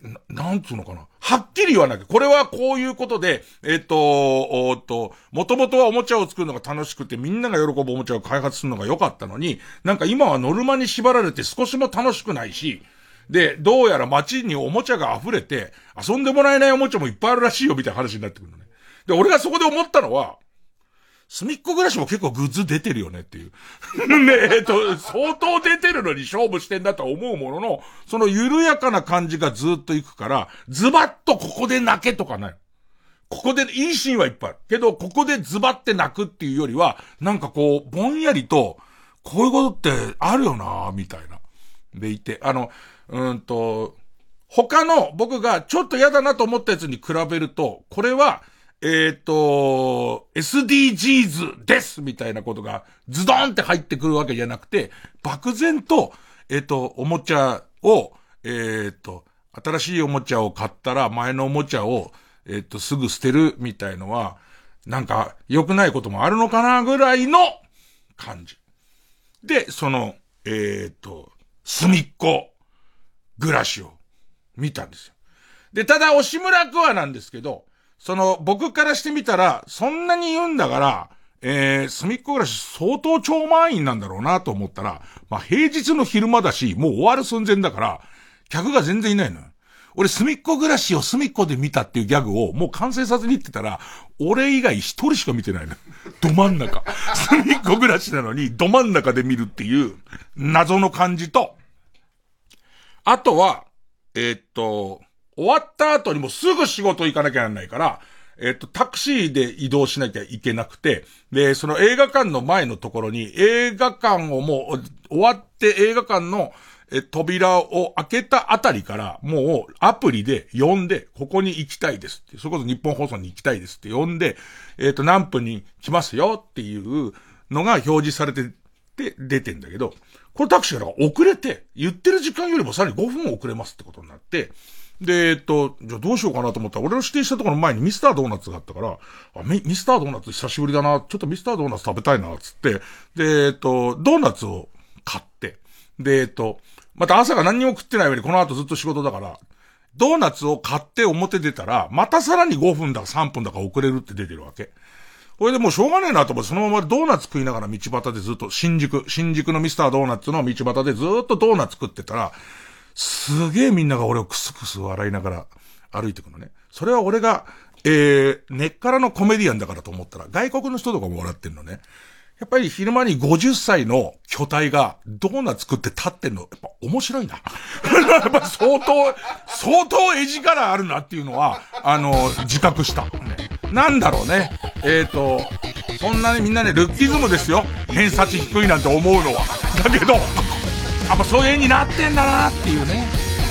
な、なんつうのかな。はっきり言わなきゃ。これはこういうことで、えっと、おーっと、もともとはおもちゃを作るのが楽しくてみんなが喜ぶおもちゃを開発するのが良かったのに、なんか今はノルマに縛られて少しも楽しくないし、で、どうやら街におもちゃが溢れて、遊んでもらえないおもちゃもいっぱいあるらしいよみたいな話になってくるのね。で、俺がそこで思ったのは、すみっこ暮らしも結構グッズ出てるよねっていう。ねえっと、相当出てるのに勝負してんだとは思うものの、その緩やかな感じがずっといくから、ズバッとここで泣けとかない。ここでいいシーンはいっぱいある。けど、ここでズバって泣くっていうよりは、なんかこう、ぼんやりと、こういうことってあるよなぁ、みたいな。でいて、あの、うーんと、他の僕がちょっと嫌だなと思ったやつに比べると、これは、えっと、エスディージーズ ですみたいなことがズドンって入ってくるわけじゃなくて、漠然と、えっと、おもちゃを、えっと、新しいおもちゃを買ったら前のおもちゃを、えっと、すぐ捨てるみたいのは、なんか良くないこともあるのかなぐらいの感じ。で、その、えっと、隅っこ暮らしを見たんですよ。で、ただ、押村くはなんですけど、その、僕からしてみたら、そんなに言うんだから、えー、隅っこ暮らし相当超満員なんだろうなと思ったら、まあ、平日の昼間だし、もう終わる寸前だから、客が全然いないのよ。俺、隅っこ暮らしを隅っこで見たっていうギャグをもう完成させに行ってたら、俺以外一人しか見てないの。ど真ん中。隅っこ暮らしなのに、ど真ん中で見るっていう謎の感じと、あとは、えー、っと、終わった後にもすぐ仕事行かなきゃならないから、えっと、タクシーで移動しなきゃいけなくて、で、その映画館の前のところに、映画館をもう、終わって映画館のえ扉を開けたあたりから、もうアプリで呼んで、ここに行きたいですって、それこそ日本放送に行きたいですって呼んで、えっと、何分に来ますよっていうのが表示されてて出てんだけど、このタクシーが遅れて、言ってる時間よりもさらにごふん遅れますってことになって、で、えっと、じゃあどうしようかなと思ったら、俺の指定したところの前にミスタードーナツがあったから、あ、ミ, ミスタードーナツ久しぶりだな、ちょっとミスタードーナツ食べたいな、つって、で、えっと、ドーナツを買って、で、えっと、また朝が何にも食ってない上にこの後ずっと仕事だから、ドーナツを買って表出たら、またさらにごふんだかさんぷんだか遅れるって出てるわけ。これでもうしょうがねえなと思って、そのままドーナツ食いながら道端でずっと、新宿、新宿のミスタードーナツの道端でずっとドーナツ食ってたら、すげえみんなが俺をクスクス笑いながら歩いてくのね。それは俺が、えー、根っからのコメディアンだからと思ったら、外国の人とかも笑ってんのね。やっぱり昼間にごじゅっさいの巨体がドーナツ食って立ってんの、やっぱ面白いな。やっぱ相当、相当絵力あるなっていうのは、あの、自覚した。ね、なんだろうね。えーと、そんなにみんなね、ルッキズムですよ。偏差値低いなんて思うのは。だけど、やっぱそういう絵になってんだなっていうね。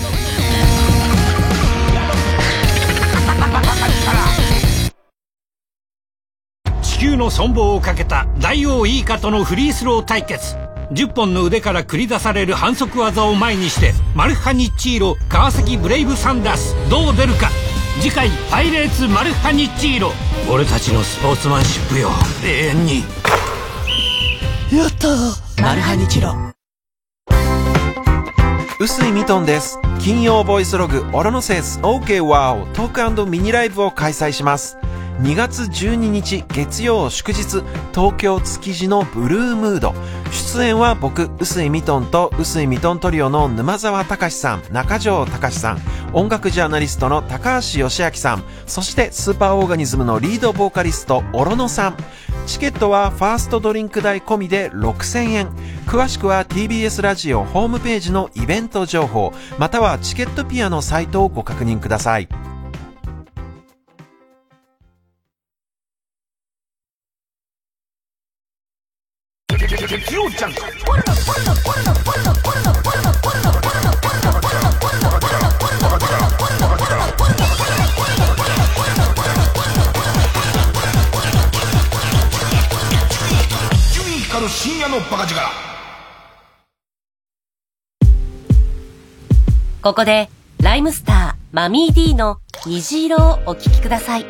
地球の存亡をかけた大王イーカとのフリースロー対決。じゅっぽんの腕から繰り出される反則技を前にして、マルハニッチーロ川崎ブレイブサンダースどう出るか。次回パイレーツマルハニッチーロ、俺たちのスポーツマンシップよ、永遠に。 やったー、マルハニチロ。 臼井ミトンです。金曜ボイスログオロノセス OK ワオトーク&ミニライブを開催します。にがつじゅうににち月曜祝日、東京築地のブルームード。出演は僕臼井ミトンと臼井ミトントリオの沼澤隆さん、中条隆さん、音楽ジャーナリストの高橋義明さん、そしてスーパーオーガニズムのリードボーカリストオロノさん。チケットはファーストドリンク代込みでろくせんえん。詳しくは ティービーエス ラジオホームページのイベント情報、またはチケットピアのサイトをご確認ください。 月曜ジャンク。光る深夜のバカ力。 ここでライムスターマミー D の虹色をお聴きください。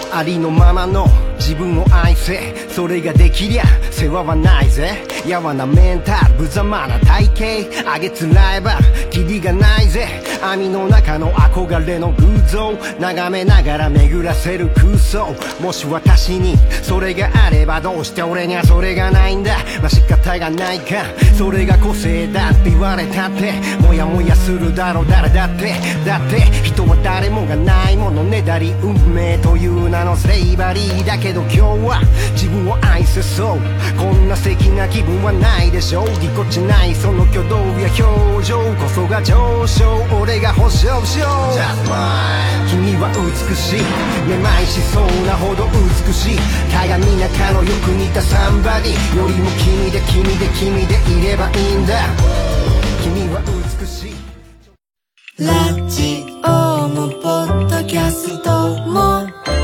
ありのままの自分を愛せ、それができりゃ世話はないぜ。やわなメンタル、無様な体型、あげつらえばキリがないぜ。網の中の憧れの偶像、眺めながら巡らせる空想。もし私にそれがあれば、どうして俺にはそれがないんだ。まあ仕方がないか、それが個性だって言われたって、もやもやするだろ誰だって。だって人は誰もがないものねだり、運命という名のスレイバリーだけど、今日は自分を愛せそう。こんな素敵な気分はないでしょう。ぎこちないその挙動や表情こそが上昇、俺が保証しよう。君は美しい、めまいしそうなほど美しい。鏡中のよく似たサンバディよりも君で君で君でいればいいんだ。君は美しい。 ラジオもポッドキャストも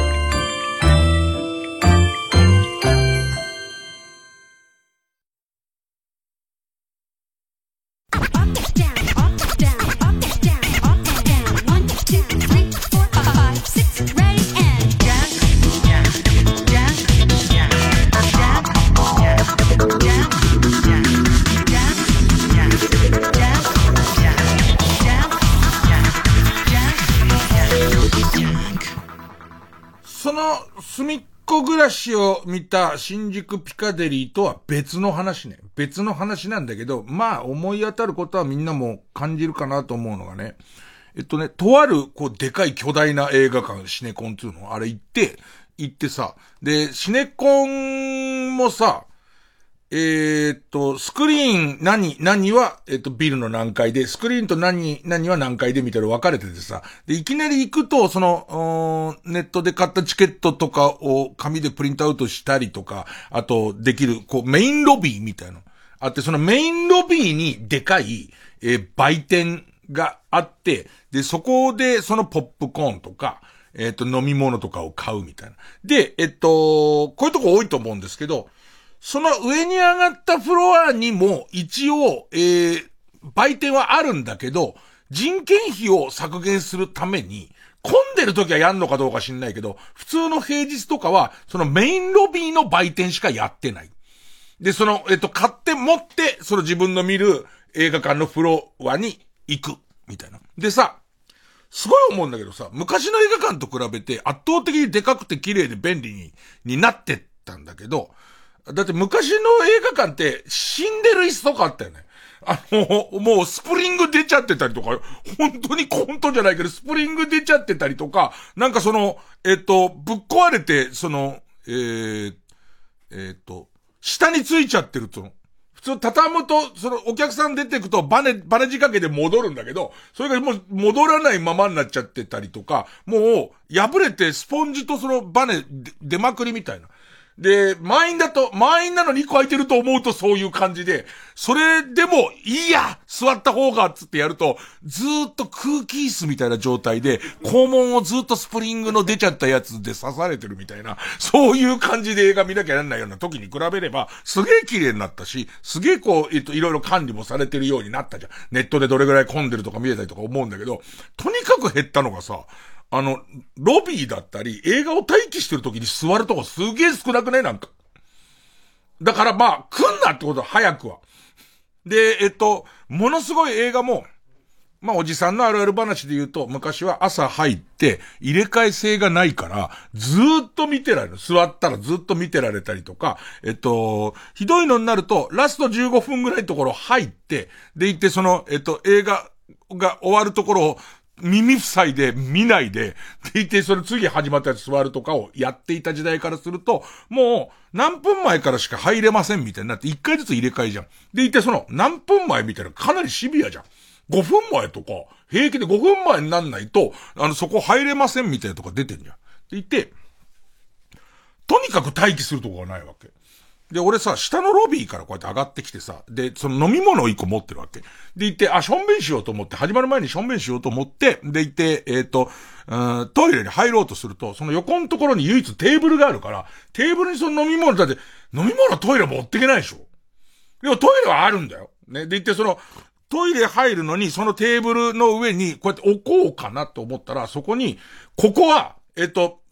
その隅っこ暮らしを見た新宿ピカデリーとは別の話ね。別の話なんだけど、まあ思い当たることはみんなも感じるかなと思うのがね。えっとね、とあるこうでかい巨大な映画館、シネコンっていうのあれ行って、行ってさ、で、シネコンもさ、えー、っと、スクリーン何、何は、えっと、ビルの何階で、スクリーンと何、何は何階でみたいな分かれててさ、で、いきなり行くと、その、ネットで買ったチケットとかを紙でプリントアウトしたりとか、あと、できる、こう、メインロビーみたいなのあって、そのメインロビーにでかい、えー、売店があって、で、そこで、そのポップコーンとか、えっと、飲み物とかを買うみたいな。で、えっと、こういうとこ多いと思うんですけど、その上に上がったフロアにも一応、えー、売店はあるんだけど、人件費を削減するために、混んでる時はやんのかどうか知んないけど、普通の平日とかは、そのメインロビーの売店しかやってない。で、その、えっと、買って持って、その自分の見る映画館のフロアに行く、みたいな。でさ、すごい思うんだけどさ、昔の映画館と比べて圧倒的にでかくて綺麗で便利に、になってったんだけど、だって昔の映画館って死んでる椅子とかあったよね。あの、もうスプリング出ちゃってたりとか、本当にコントじゃないけど、スプリング出ちゃってたりとか、なんかその、えっと、ぶっ壊れて、その、えー、えっと、下についちゃってると。普通畳むと、そのお客さん出てくとバネ、バネ仕掛けで戻るんだけど、それがもう戻らないままになっちゃってたりとか、もう破れてスポンジとそのバネ出まくりみたいな。で、満員だと、満員なのにいっこ空いてると思うとそういう感じで、それでもいいや座った方がつってやると、ずーっと空気椅子みたいな状態で、肛門をずーっとスプリングの出ちゃったやつで刺されてるみたいな、そういう感じで映画見なきゃなんないような時に比べれば、すげえ綺麗になったし、すげえこう、えっと、いろいろ管理もされてるようになったじゃん。ネットでどれぐらい混んでるとか見えたりとか思うんだけど、とにかく減ったのがさ、あの、ロビーだったり、映画を待機してる時に座るとこすげえ少なくねなんか。だからまあ、来んなってことは早くは。で、えっと、ものすごい映画も、まあおじさんのあるある話で言うと、昔は朝入って、入れ替え制がないから、ずーっと見てられる。座ったらずっと見てられたりとか、えっと、ひどいのになると、ラストじゅうごふんぐらいのところ入って、で行ってその、えっと、映画が終わるところを、耳塞いで見ないで、でいてそれ次始まったやつ座るとかをやっていた時代からすると、もう何分前からしか入れませんみたいになって一回ずつ入れ替えじゃん。でいてその何分前みたいなかなりシビアじゃん。ごふんまえとか、平気でごふんまえになんないと、あのそこ入れませんみたいなとか出てんじゃん。でいて、とにかく待機するとこがないわけ。で、俺さ、下のロビーからこうやって上がってきてさ、で、その飲み物を一個持ってるわけ。で、行って、あ、しょんべんしようと思って、始まる前にしょんべんしようと思って、で、行って、えっと、うん、トイレに入ろうとすると、その横のところに唯一テーブルがあるから、テーブルにその飲み物だって、飲み物トイレ持ってけないでしょ。でもトイレはあるんだよ。ね。で、行って、その、トイレ入るのに、そのテーブルの上に、こうやって置こうかなと思ったら、そこに、ここは、えっと、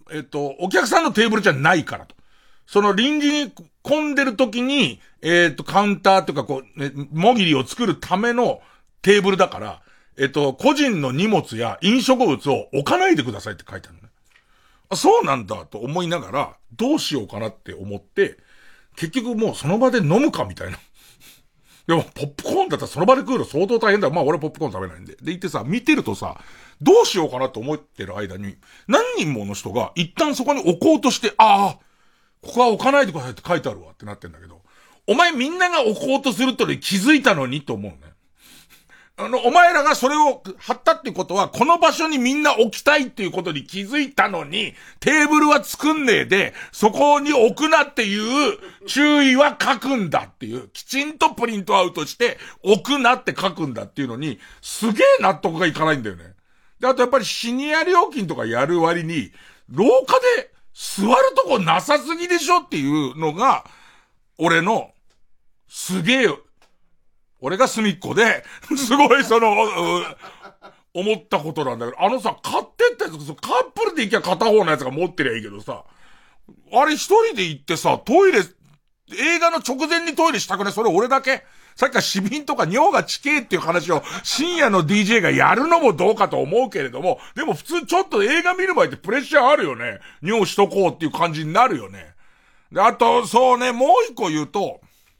えっと、お客さんのテーブルじゃないからと。その臨時に混んでる時に、えっと、カウンターとかこう、ね、もぎりを作るためのテーブルだから、えっと、個人の荷物や飲食物を置かないでくださいって書いてあるのね。あ、そうなんだと思いながら、どうしようかなって思って、結局もうその場で飲むかみたいな。でも、ポップコーンだったらその場で食うの相当大変だ。まあ俺はポップコーン食べないんで。で、行ってさ、見てるとさ、どうしようかなと思ってる間に、何人もの人が一旦そこに置こうとして、ああ、ここは置かないでくださいって書いてあるわってなってんだけど、お前みんなが置こうとするとに気づいたのにと思うね。あの、お前らがそれを貼ったってことは、この場所にみんな置きたいっていうことに気づいたのに、テーブルは作んねえで、そこに置くなっていう注意は書くんだっていう、きちんとプリントアウトして置くなって書くんだっていうのに、すげえ納得がいかないんだよね。で、あとやっぱりシニア料金とかやる割に、廊下で座るとこなさすぎでしょっていうのが、俺の、すげえ、俺が隅っこで、すごいその、思ったことなんだけど、あのさ、買ってったやつ、カップルで行きゃ片方のやつが持ってりゃいいけどさ、あれ一人で行ってさ、トイレ、映画の直前にトイレしたくない？それ俺だけ？さっきから死人とか尿が地形っていう話を深夜の ディージェー がやるのもどうかと思うけれども、でも普通ちょっと映画見る前ってプレッシャーあるよね。尿しとこうっていう感じになるよね。で、あと、そうね、もう一個言うと、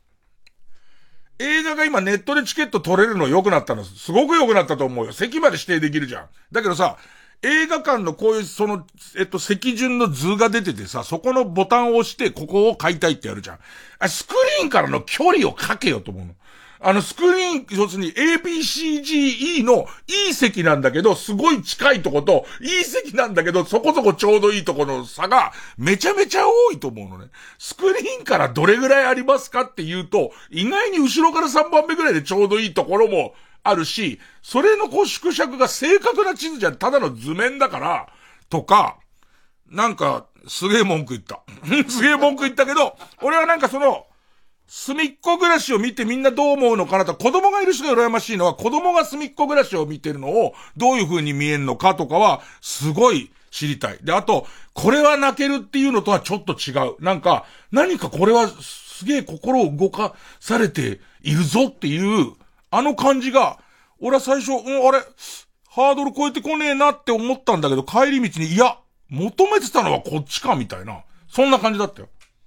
映画が今ネットでチケット取れるの良くなったの。すごく良くなったと思うよ。席まで指定できるじゃん。だけどさ、映画館のこういうその、えっと、席順の図が出ててさ、そこのボタンを押してここを買いたいってやるじゃん。あ、スクリーンからの距離をかけようと思うの。あのスクリーン、要するに エービーシージーイー のいい席なんだけど、すごい近いとこと、いい席なんだけど、そこそこちょうどいいとこの差が、めちゃめちゃ多いと思うのね。スクリーンからどれぐらいありますかっていうと、意外に後ろからさんばんめぐらいでちょうどいいところもあるし、それのこう縮尺が正確な地図じゃただの図面だから、とか、なんか、すげえ文句言った。すげえ文句言ったけど、俺はなんかその、隅っこ暮らしを見てみんなどう思うのかなと、子供がいる人が羨ましいのは、子供が隅っこ暮らしを見てるのをどういう風に見えるのかとかは、すごい知りたい。で、あと、これは泣けるっていうのとはちょっと違う。なんか、何かこれはすげえ心を動かされているぞっていう、あの感じが、俺は最初、うん、あれ、ハードル超えてこねえなって思ったんだけど、帰り道に、いや、求めてたのはこっちかみたいな、そんな感じだったよ。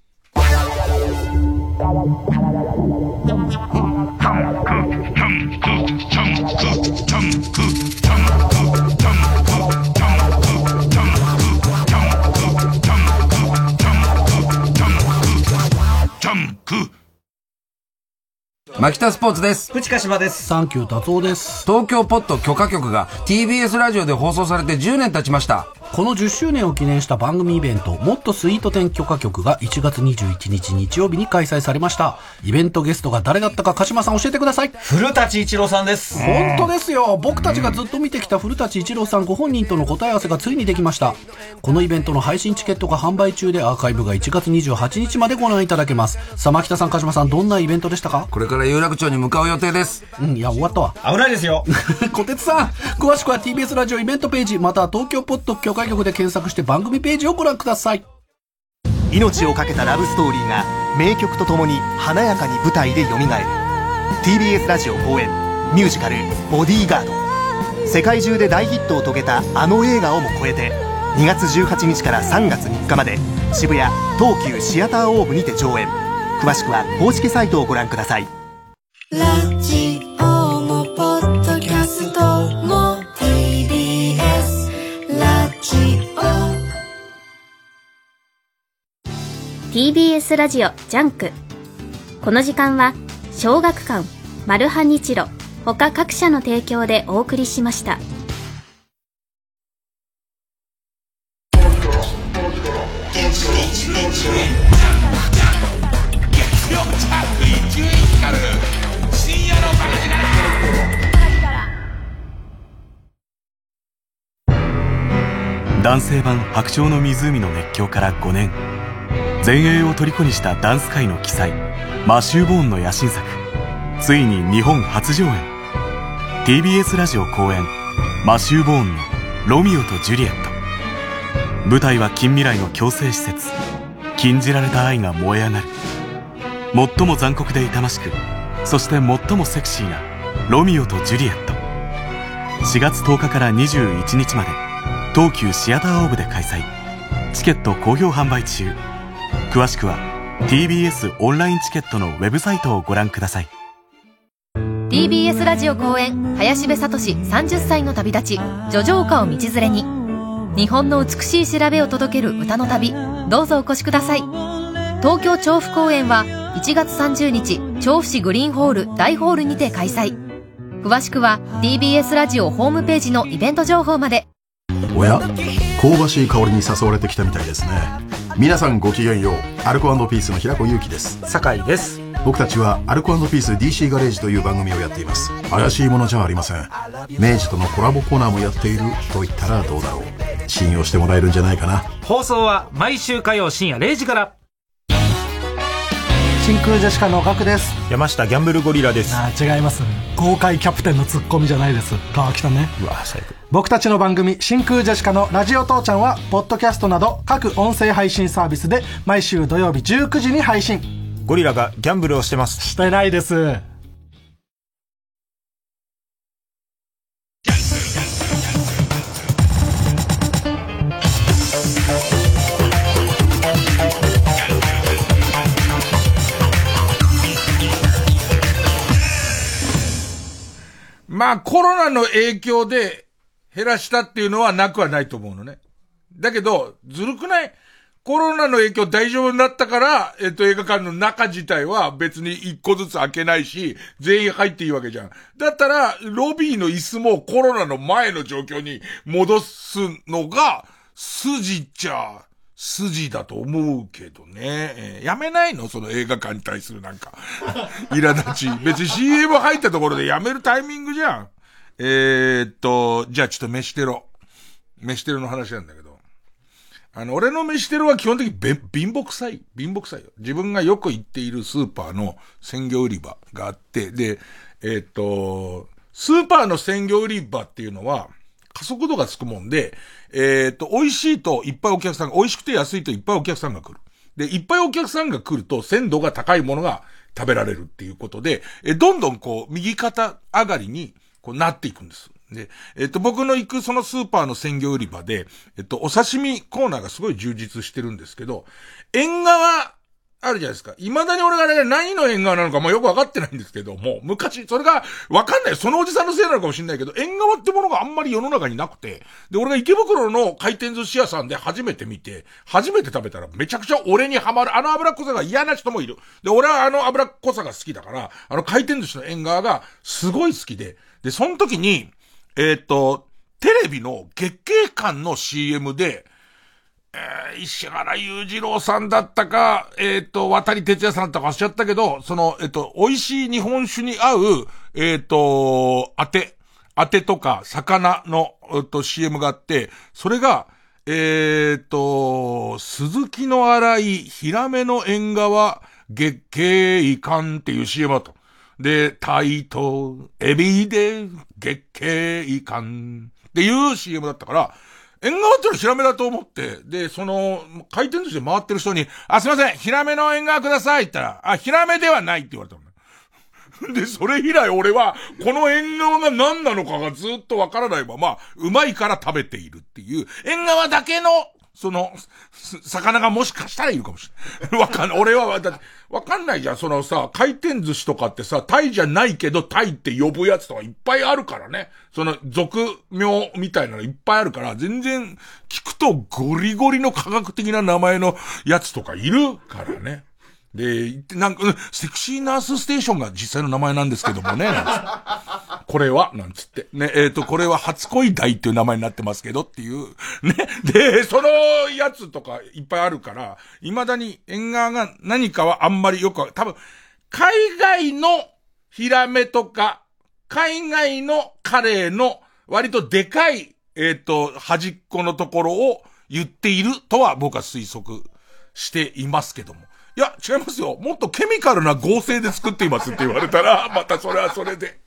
牧田スポーツです。 藤鹿島です。 サンキュー達夫です。 東京ポッド許可局が ティービーエス ラジオで放送されてじゅうねん経ちました。 このじゅっしゅうねんを記念した番組イベント、もっとスイート店許可局がいちがつにじゅういちにち日曜日に開催されました。イベントゲストが誰だったか鹿島さん教えてください。 古舘一郎さんです。 本当ですよ。僕たちがずっと見てきた古舘一郎さんご本人との答え合わせがついにできました。このイベントの配信チケットが販売中で、アーカイブがいちがつにじゅうはちにちまでご覧いただけます。さあ、牧田さん、鹿島さん、どんなイベントでしたか？ これから有楽町に向かう予定です。 うん、いや、終わったわ。 危ないですよ。 小鉄さん、詳しくは ティービーエス ラジオイベントページ、または東京ポッド許可局で検索して番組ページをご覧ください。 命をかけたラブストーリーが名曲とともに華やかに舞台で蘇る ティービーエス ラジオ公演ミュージカルボディーガード。世界中で大ヒットを遂げたあの映画をも超えてにがつじゅうはちにちからさんがつみっかまで渋谷東急シアターオーブにて上演。詳しくは公式サイトをご覧ください。 ラジオもポッドキャストも ティービーエス ラジオティービーエス ラジオジャンク。この時間は小学館マルハニチロ他各社の提供でお送りしました。 男性版白鳥の湖の熱狂からごねん、全英を虜にしたダンス界の奇才マシュー・ボーンの野心作、ついに日本初上演。 ティービーエス ラジオ公演マシュー・ボーンのロミオとジュリエット。 舞台は近未来の矯正施設。禁じられた愛が燃え上がる。最も残酷で痛ましく、そして最もセクシーなロミオとジュリエット。しがつとおかからにじゅういちにちまで東急シアターオーブで開催。チケット好評販売中。詳しくは ティービーエス オンラインチケットのウェブサイトをご覧ください。 ティービーエス ラジオ公演林部聡さんじゅっさいの旅立ち、叙情歌を道連れに、日本の美しい調べを届ける歌の旅、どうぞお越しください。東京調布公演はいちがつさんじゅうにち、調布市グリーンホール大ホールにて開催。詳しくは ティービーエス ラジオホームページのイベント情報まで。 おや、香ばしい香りに誘われてきたみたいですね。皆さんごきげんよう。アルコ&ピースの平子祐希です。 酒井です。 僕たちはアルコ&ピース ディーシー ガレージという番組をやっています。怪しいものじゃありません。明治とのコラボコーナーもやっていると言ったらどうだろう。信用してもらえるんじゃないかな。 放送は毎週火曜深夜れいじから。 真空ジェシカのガクです。 山下ギャンブルゴリラです。 あー違います。豪快キャプテンのツッコミじゃないです。川北ね。 うわ最高。 僕たちの番組真空ジェシカのラジオ父ちゃんはポッドキャストなど各音声配信サービスで毎週土曜日じゅうくじに配信。 ゴリラがギャンブルをしてます。 してないです。 まあコロナの影響で減らしたっていうのはなくはないと思うのね。だけど、ずるくない？コロナの影響大丈夫になったから、えっと映画館の中自体は別に一個ずつ開けないし、全員入っていいわけじゃん。だったら、ロビーの椅子もコロナの前の状況に戻すのが、筋っちゃ、筋だと思うけどね。えー、やめないの？その映画館に対するなんか、苛立ち。別に シーエム 入ったところでやめるタイミングじゃん。えーっと、じゃあちょっと飯テロ。飯テロの話なんだけど。あの、俺の飯テロは基本的に貧乏臭い。貧乏臭いよ。自分がよく行っているスーパーの鮮魚売り場があって、で、えーっと、スーパーの鮮魚売り場っていうのは、加速度がつくもんで、えーっと、美味しいといっぱいお客さんが、美味しくて安いといっぱいお客さんが来る。で、いっぱいお客さんが来ると鮮度が高いものが食べられるっていうことで、え、どんどんこう、右肩上がりに、こうなっていくんです。で、えっと、僕の行くそのスーパーの鮮魚売り場で、えっと、お刺身コーナーがすごい充実してるんですけど、縁側、あるじゃないですか。未だに俺がね、何の縁側なのかもうよくわかってないんですけども、昔、それがわかんない。そのおじさんのせいなのかもしれないけど、縁側ってものがあんまり世の中になくて、で、俺が池袋の回転寿司屋さんで初めて見て、初めて食べたらめちゃくちゃ俺にハマる。あの脂っこさが嫌な人もいる。で、俺はあの脂っこさが好きだから、あの回転寿司の縁側がすごい好きで、で、その時に、えーっと、テレビの月経館の シーエム で、えー、石原裕次郎さんだったか、えーっと、渡哲也さんだったかおっしゃったけど、その、えーっと、美味しい日本酒に合う、えーっと、あて、あてとか、魚の、えーっと、シーエム があって、それが、えーっと、鈴木の洗い、ヒラメの縁側、月経館っていう シーエム だった。で、タイとエビで月経館っていう シーエム だったから、縁側ってのヒラメだと思って、で、その、回転寿司で回ってる人に、あ、すいません、ヒラメの縁側くださいって言ったら、あ、ヒラメではないって言われたのね。で、それ以来俺は、この縁側が何なのかがずっとわからないまま、うまいから食べているっていう、縁側だけの、その、魚がもしかしたらいるかもしれない。わかんない。俺は、だって、わかんないじゃん。そのさ、回転寿司とかってさ、タイじゃないけどタイって呼ぶやつとかいっぱいあるからね。その、俗名みたいなのいっぱいあるから、全然聞くとゴリゴリの科学的な名前のやつとかいるからね。で、なんか、セクシーナースステーションが実際の名前なんですけどもね、なんつってこれは、なんつって。ね、えっと、これは初恋大っていう名前になってますけどっていう。ね。で、そのやつとかいっぱいあるから、未だに縁側が何かはあんまりよく、多分、海外のヒラメとか、海外のカレーの割とでかい、えっと、端っこのところを言っているとは僕は推測していますけども。いや、違いますよ。もっとケミカルな合成で作っていますって言われたら、またそれはそれで。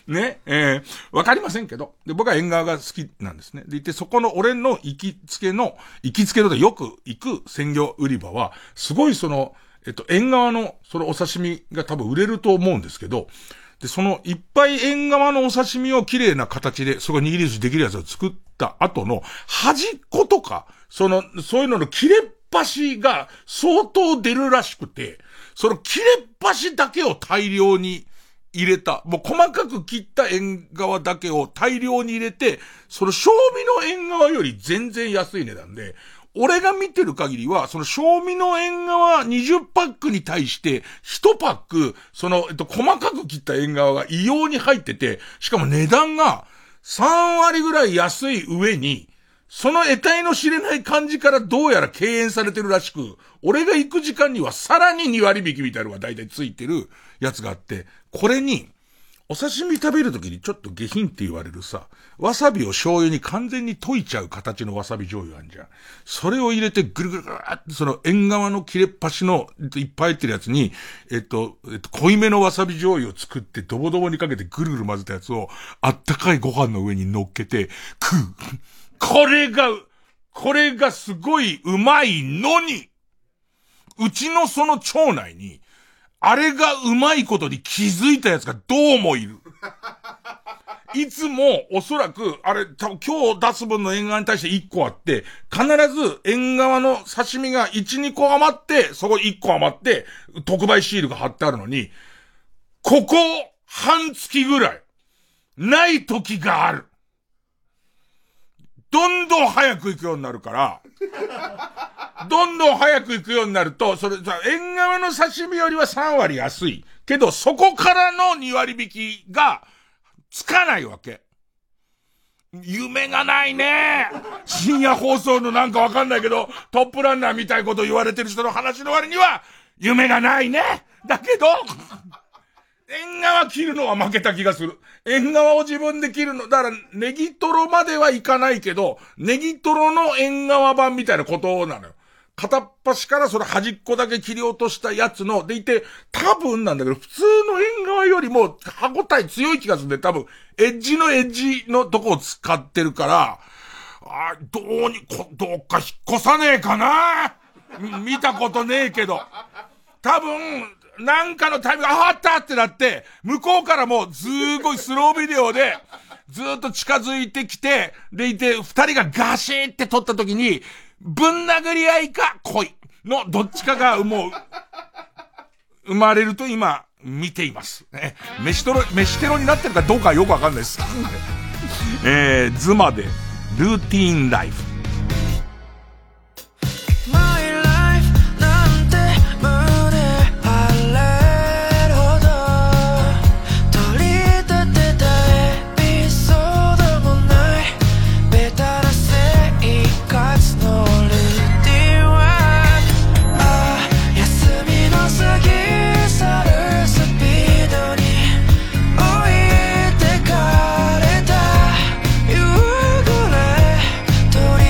ね、えー、わかりませんけど。で、僕は縁側が好きなんですね。で、いて、そこの俺の行きつけの、行きつけのでよく行く鮮魚売り場は、すごいその、えっと、縁側の、そのお刺身が多分売れると思うんですけど、で、その、いっぱい縁側のお刺身を綺麗な形で、そこ握り寿司できるやつを作った後の、端っことか、その、そういうのの切れっ端が相当出るらしくて、その切れっ端だけを大量に入れた、もう細かく切った縁側だけを大量に入れて、その賞味の縁側より全然安い値段で、俺が見てる限りは、その賞味の縁側にじゅうパックに対して、いちパック、その、えっと、細かく切った縁側が異様に入ってて、しかも値段がさん割ぐらい安い上に、その得体の知れない感じからどうやら敬遠されてるらしく、俺が行く時間にはさらにに割引きみたいなのが大体ついてるやつがあって、これに、お刺身食べるときにちょっと下品って言われるさ、わさびを醤油に完全に溶いちゃう形のわさび醤油あんじゃん。それを入れてぐるぐるぐるってその縁側の切れっ端のいっぱい入ってるやつに、えっと、えっと、濃いめのわさび醤油を作ってドボドボにかけてぐるぐる混ぜたやつをあったかいご飯の上に乗っけて食う。これが、これがすごいうまいのに、うちのその町内に、あれがうまいことに気づいたやつがどうもいる。いつもおそらく、あれ、今日出す分の縁側に対していっこあって、必ず縁側の刺身がいち、にこ余って、そこいっこ余って、特売シールが貼ってあるのに、ここ半月ぐらい、ない時がある。どんどん早く行くようになるから、どんどん早く行くようになると、それさ、縁側の刺身よりはさん割安い。けど、そこからのに割引きが、つかないわけ。夢がないね。深夜放送のなんかわかんないけど、トップランナーみたいこと言われてる人の話の割には、夢がないね。だけど、縁側切るのは負けた気がする。縁側を自分で切るの、だからネギトロまではいかないけど、ネギトロの縁側版みたいなことなのよ。片っ端からそれ端っこだけ切り落としたやつの、でいて、多分なんだけど、普通の縁側よりも歯応え強い気がするんで、多分、エッジのエッジのとこを使ってるから、あどうに、どっか引っ越さねえかな見たことねえけど。多分、なんかのタイミング、あ、あったってなって、向こうからもすごいスロービデオで、ずーっと近づいてきて、でいて、二人がガシーって撮った時に、ぶん殴り合いか恋のどっちかがもう、生まれると今、見ています。ね、飯トロ、飯テロになってるかどうかはよくわかんないです。えー、ズマで、ルーティーンライフ。 取り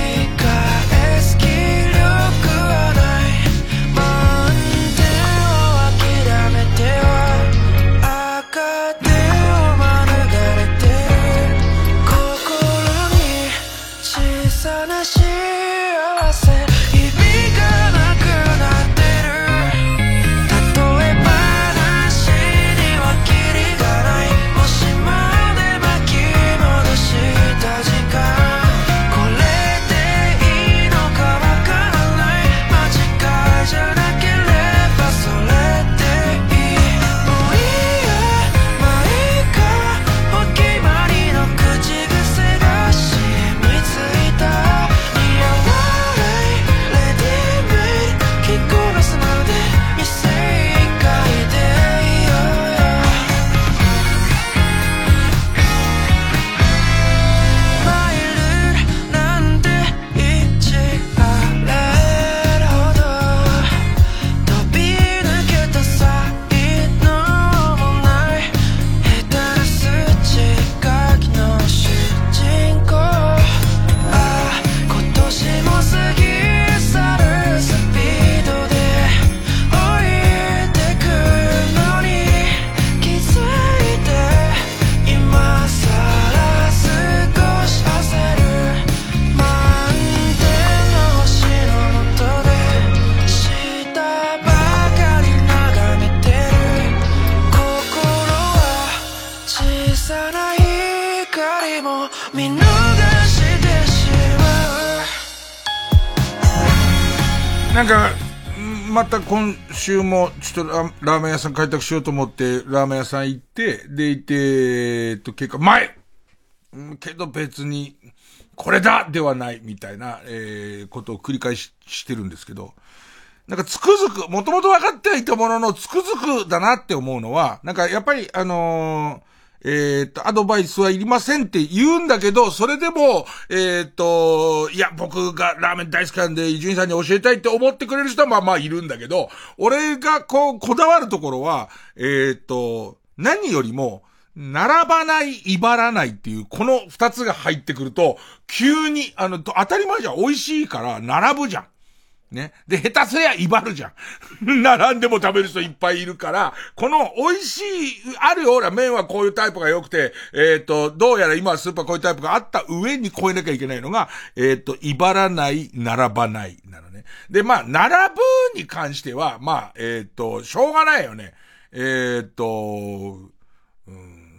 なんか、また今週もちょっとラ, ラーメン屋さん開拓しようと思ってラーメン屋さん行って、でいて、えっと結果前けど別にこれだではないみたいな、えー、ことを繰り返ししてるんですけど、なんかつくづくもともと分かってはいたもののつくづくだなって思うのは、なんかやっぱりあのーえっと、アドバイスはいりませんって言うんだけど、それでも、えっと、いや、僕がラーメン大好きなんで、伊集院さんに教えたいって思ってくれる人はまあまあいるんだけど、俺がこう、こだわるところは、えっと、何よりも、並ばない、威張らないっていう、この二つが入ってくると、急に、あの、当たり前じゃん。美味しいから並ぶじゃん。ね。で、下手すりゃ威張るじゃん。並んでも食べる人いっぱいいるから、この美味しい、あるよ、ほら、麺はこういうタイプが良くて、えっと、どうやら今はスーパーこういうタイプがあった上に超えなきゃいけないのが、えっと、威張らない、並ばない、なのね。で、まあ、並ぶに関しては、まあ、えっと、しょうがないよね。えっと、うん、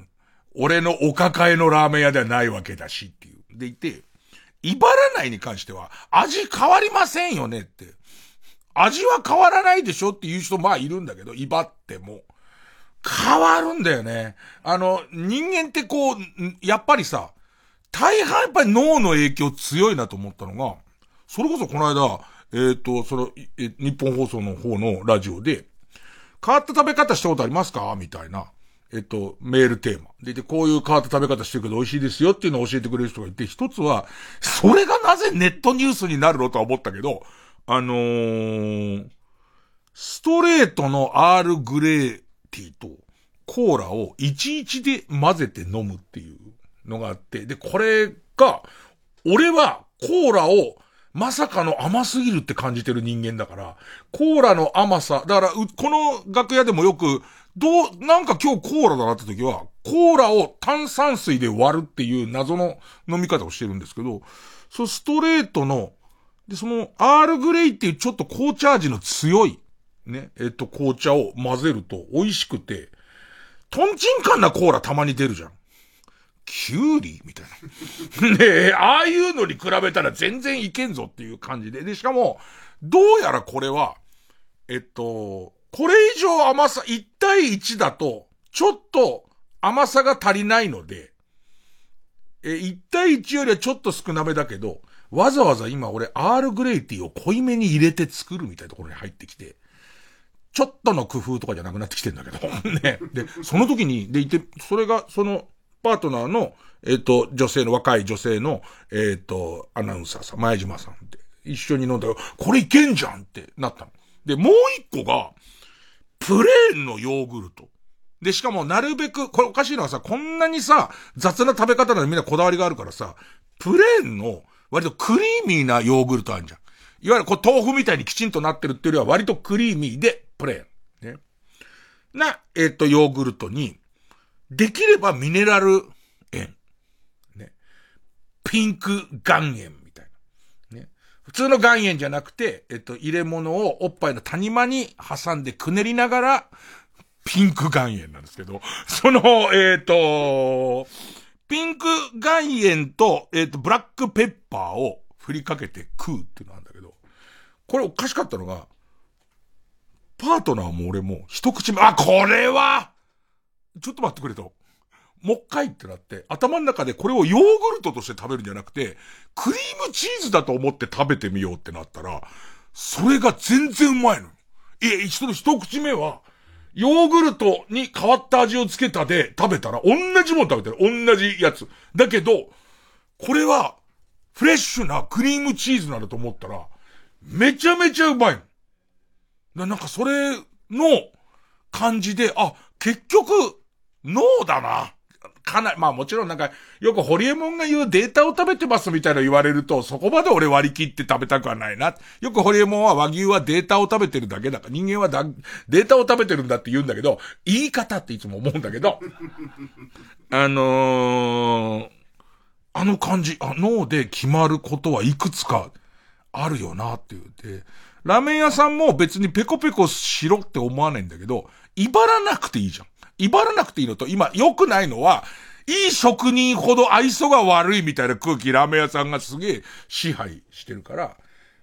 俺のお抱えのラーメン屋ではないわけだしっていう。でいて、威張らないに関しては、味変わりませんよねって。味は変わらないでしょっていう人まあいるんだけど、威張っても。変わるんだよね。あの、人間ってこう、やっぱりさ、大半やっぱり脳の影響強いなと思ったのが、それこそこの間、えっと、その、え、日本放送の方のラジオで、変わった食べ方したことありますかみたいな。えっと、メールテーマ。で、で、こういう変わった食べ方してるけど美味しいですよっていうのを教えてくれる人がいて、一つは、それがなぜネットニュースになるのとは思ったけど、あのー、ストレートのアールグレーティーとコーラをいちいちで混ぜて飲むっていうのがあって、で、これが、俺はコーラをまさかの甘すぎるって感じてる人間だから、コーラの甘さ、だから、この楽屋でもよく、どう、なんか今日コーラだなって時は、コーラを炭酸水で割るっていう謎の飲み方をしてるんですけど、そのストレートの、で、その、アールグレイっていうちょっと紅茶味の強い、ね、えっと、紅茶を混ぜると美味しくて、トンチンカンなコーラたまに出るじゃん。キュウリみたいな。ねえ、ああいうのに比べたら全然いけんぞっていう感じで。で、しかも、どうやらこれは、えっと、これ以上甘さ、いち対いちだと、ちょっと甘さが足りないので、え、いち対いちよりはちょっと少なめだけど、わざわざ今俺アールグレイティーを濃いめに入れて作るみたいなところに入ってきて、ちょっとの工夫とかじゃなくなってきてんだけど、ね。で、その時に、でいて、それが、その、パートナーの、えっと、女性の、若い女性の、えっと、アナウンサーさん、前島さんって、一緒に飲んだよ。これいけんじゃんってなったの。で、もう一個が、プレーンのヨーグルト。で、しかもなるべく、これおかしいのはさ、こんなにさ、雑な食べ方なのにみんなこだわりがあるからさ、プレーンの、割とクリーミーなヨーグルトあるじゃん。いわゆるこう豆腐みたいにきちんとなってるっていうよりは割とクリーミーで、プレーン。ね。な、えっと、ヨーグルトに、できればミネラル塩。ね。ピンク岩塩みたいな。ね。普通の岩塩じゃなくて、えっと、入れ物をおっぱいの谷間に挟んでくねりながら、ピンク岩塩なんですけど、その、えっと、ピンク岩塩と、えっと、ブラックペッパーを振りかけて食うっていうのなんだけど、これおかしかったのが、パートナーも俺も一口目、あ、これはちょっと待ってくれと。もう一回ってなって、頭の中でこれをヨーグルトとして食べるんじゃなくて、クリームチーズだと思って食べてみようってなったら、それが全然うまいの。え、一度一口目は、ヨーグルトに変わった味をつけたで食べたら、同じもの食べてる。同じやつ。だけど、これは、フレッシュなクリームチーズなんだと思ったら、めちゃめちゃうまいの。なんかそれの感じで、あ、結局、ノーだな。かなり、まあもちろんなんか、よくホリエモンが言うデータを食べてますみたいな言われると、そこまで俺割り切って食べたくはないな。よくホリエモンは和牛はデータを食べてるだけだから、人間はだデータを食べてるんだって言うんだけど、言い方っていつも思うんだけど、あのー、あの感じ、あ、脳で決まることはいくつかあるよなって言って、ラーメン屋さんも別にペコペコしろって思わないんだけど、威張らなくていいじゃん。威張らなくていいのと、今良くないのは、いい職人ほど愛想が悪いみたいな空気ラーメン屋さんがすげえ支配してるから、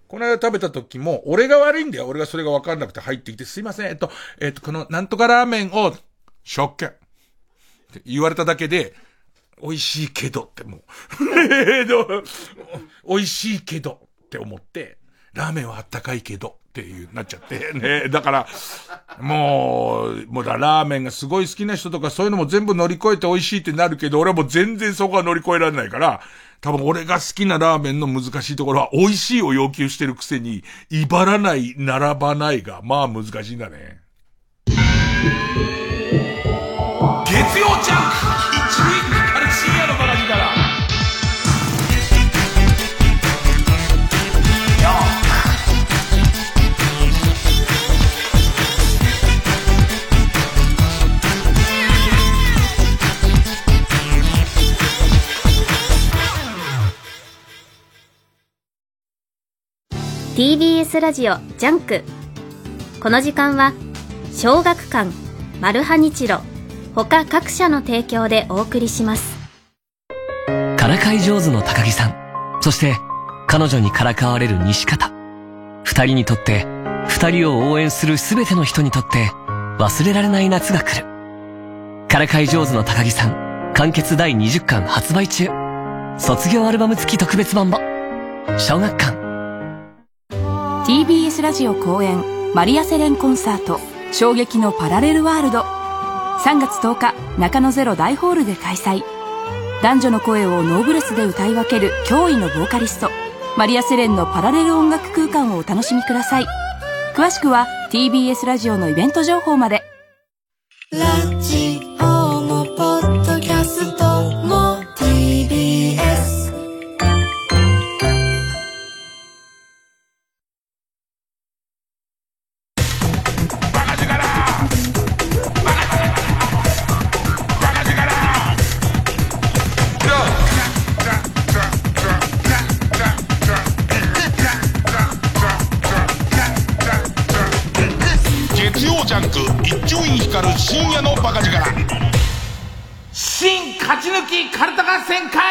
この間食べた時も、俺が悪いんだよ。俺がそれが分かんなくて入ってきて、すいません、えっと、えっと、このなんとかラーメンを、食券って言われただけで、美味しいけどってもう、美味しいけどって思って、ラーメンはあったかいけどっていうなっちゃってね。だから、もう、もうだラーメンがすごい好きな人とかそういうのも全部乗り越えて美味しいってなるけど、俺はもう全然そこは乗り越えられないから、多分俺が好きなラーメンの難しいところは美味しいを要求してるくせに、威張らない、並ばないが、まあ難しいんだね。月曜ジャンク一位あれ深夜のバカ力から。 ティービーエス ラジオジャンク。この時間は小学館、マルハニチロ他各社の提供でお送りします。 からかい上手の高木さん、そして彼女にからかわれる西方、二人にとって、二人を応援するすべての人にとって忘れられない夏が来る。からかい上手の高木さん完結だいにじゅっかん発売中。卒業アルバム付き特別版も。小学館。 ティービーエス ラジオ公演マリアセレンコンサート衝撃のパラレルワールド、さんがつとおか中野ゼロ大ホールで開催。男女の声をノーブレスで歌い分ける驚異のボーカリストマリアセレンのパラレル音楽空間をお楽しみください。詳しくは ティービーエス ラジオのイベント情報まで。 ラジオもポッドキャストも ティービーエス。 深夜のバカ力新勝ち抜きカルタ合戦会。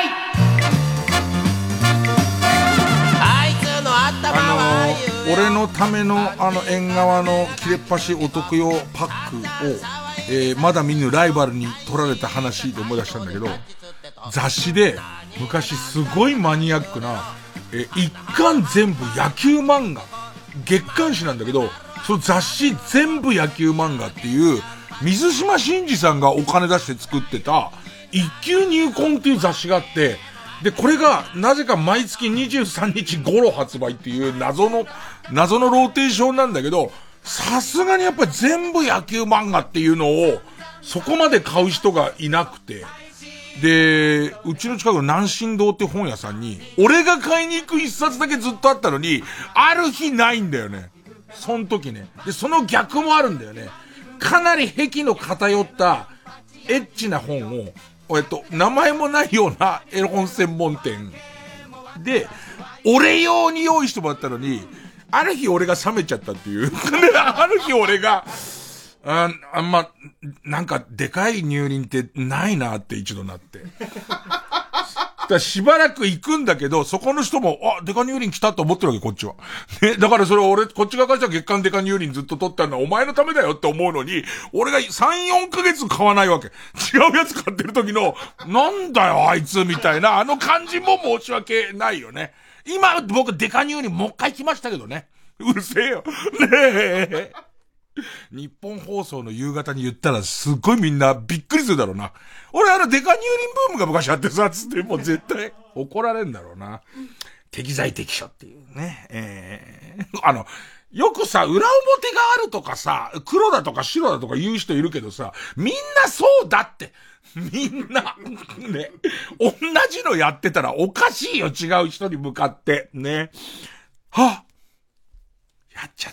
あいつの頭はあの俺のためのあの縁側の切れっ端お得用パックを、えー、まだ見ぬライバルに取られた話で思い出したんだけど、雑誌で昔すごいマニアックな、えー、一巻全部野球漫画月刊誌なんだけど、その雑誌全部野球漫画っていう水島新司さんがお金出して作ってた一級入魂っていう雑誌があって、でこれがなぜか毎月にじゅうさんにち頃発売っていう謎の謎のローテーションなんだけど、さすがにやっぱり全部野球漫画っていうのをそこまで買う人がいなくて、でうちの近くの南信堂って本屋さんに俺が買いに行く一冊だけずっとあったのに、ある日ないんだよね。その時ね。でその逆もあるんだよね。かなり癖の偏ったエッチな本を、えっと名前もないようなエロ本専門店で俺用に用意してもらったのに、ある日俺が冷めちゃったっていうある日俺がああんまなんかでかい乳輪ってないなって一度なってだからしばらく行くんだけど、そこの人も、あ、デカ乳輪来たと思ってるわけ、こっちは。ね、だからそれ俺、こっち側からしたら月間デカ乳輪ずっと取ったのはお前のためだよって思うのに、俺がさん、よんかげつ買わないわけ。違うやつ買ってる時の、なんだよあいつみたいな、あの感じも申し訳ないよね。今、僕デカ乳輪もう一回来ましたけどね。うるせえよ。ねえ。日本放送の夕方に言ったらすっごいみんなびっくりするだろうな。俺あのデカ乳輪ブームが昔あってさ、つってもう絶対怒られんだろうな。適材適所っていうね。えー、あの、よくさ、裏表があるとかさ、黒だとか白だとか言う人いるけどさ、みんなそうだって。みんな、ね。同じのやってたらおかしいよ、違う人に向かって。ね。はっ、やっちゃった。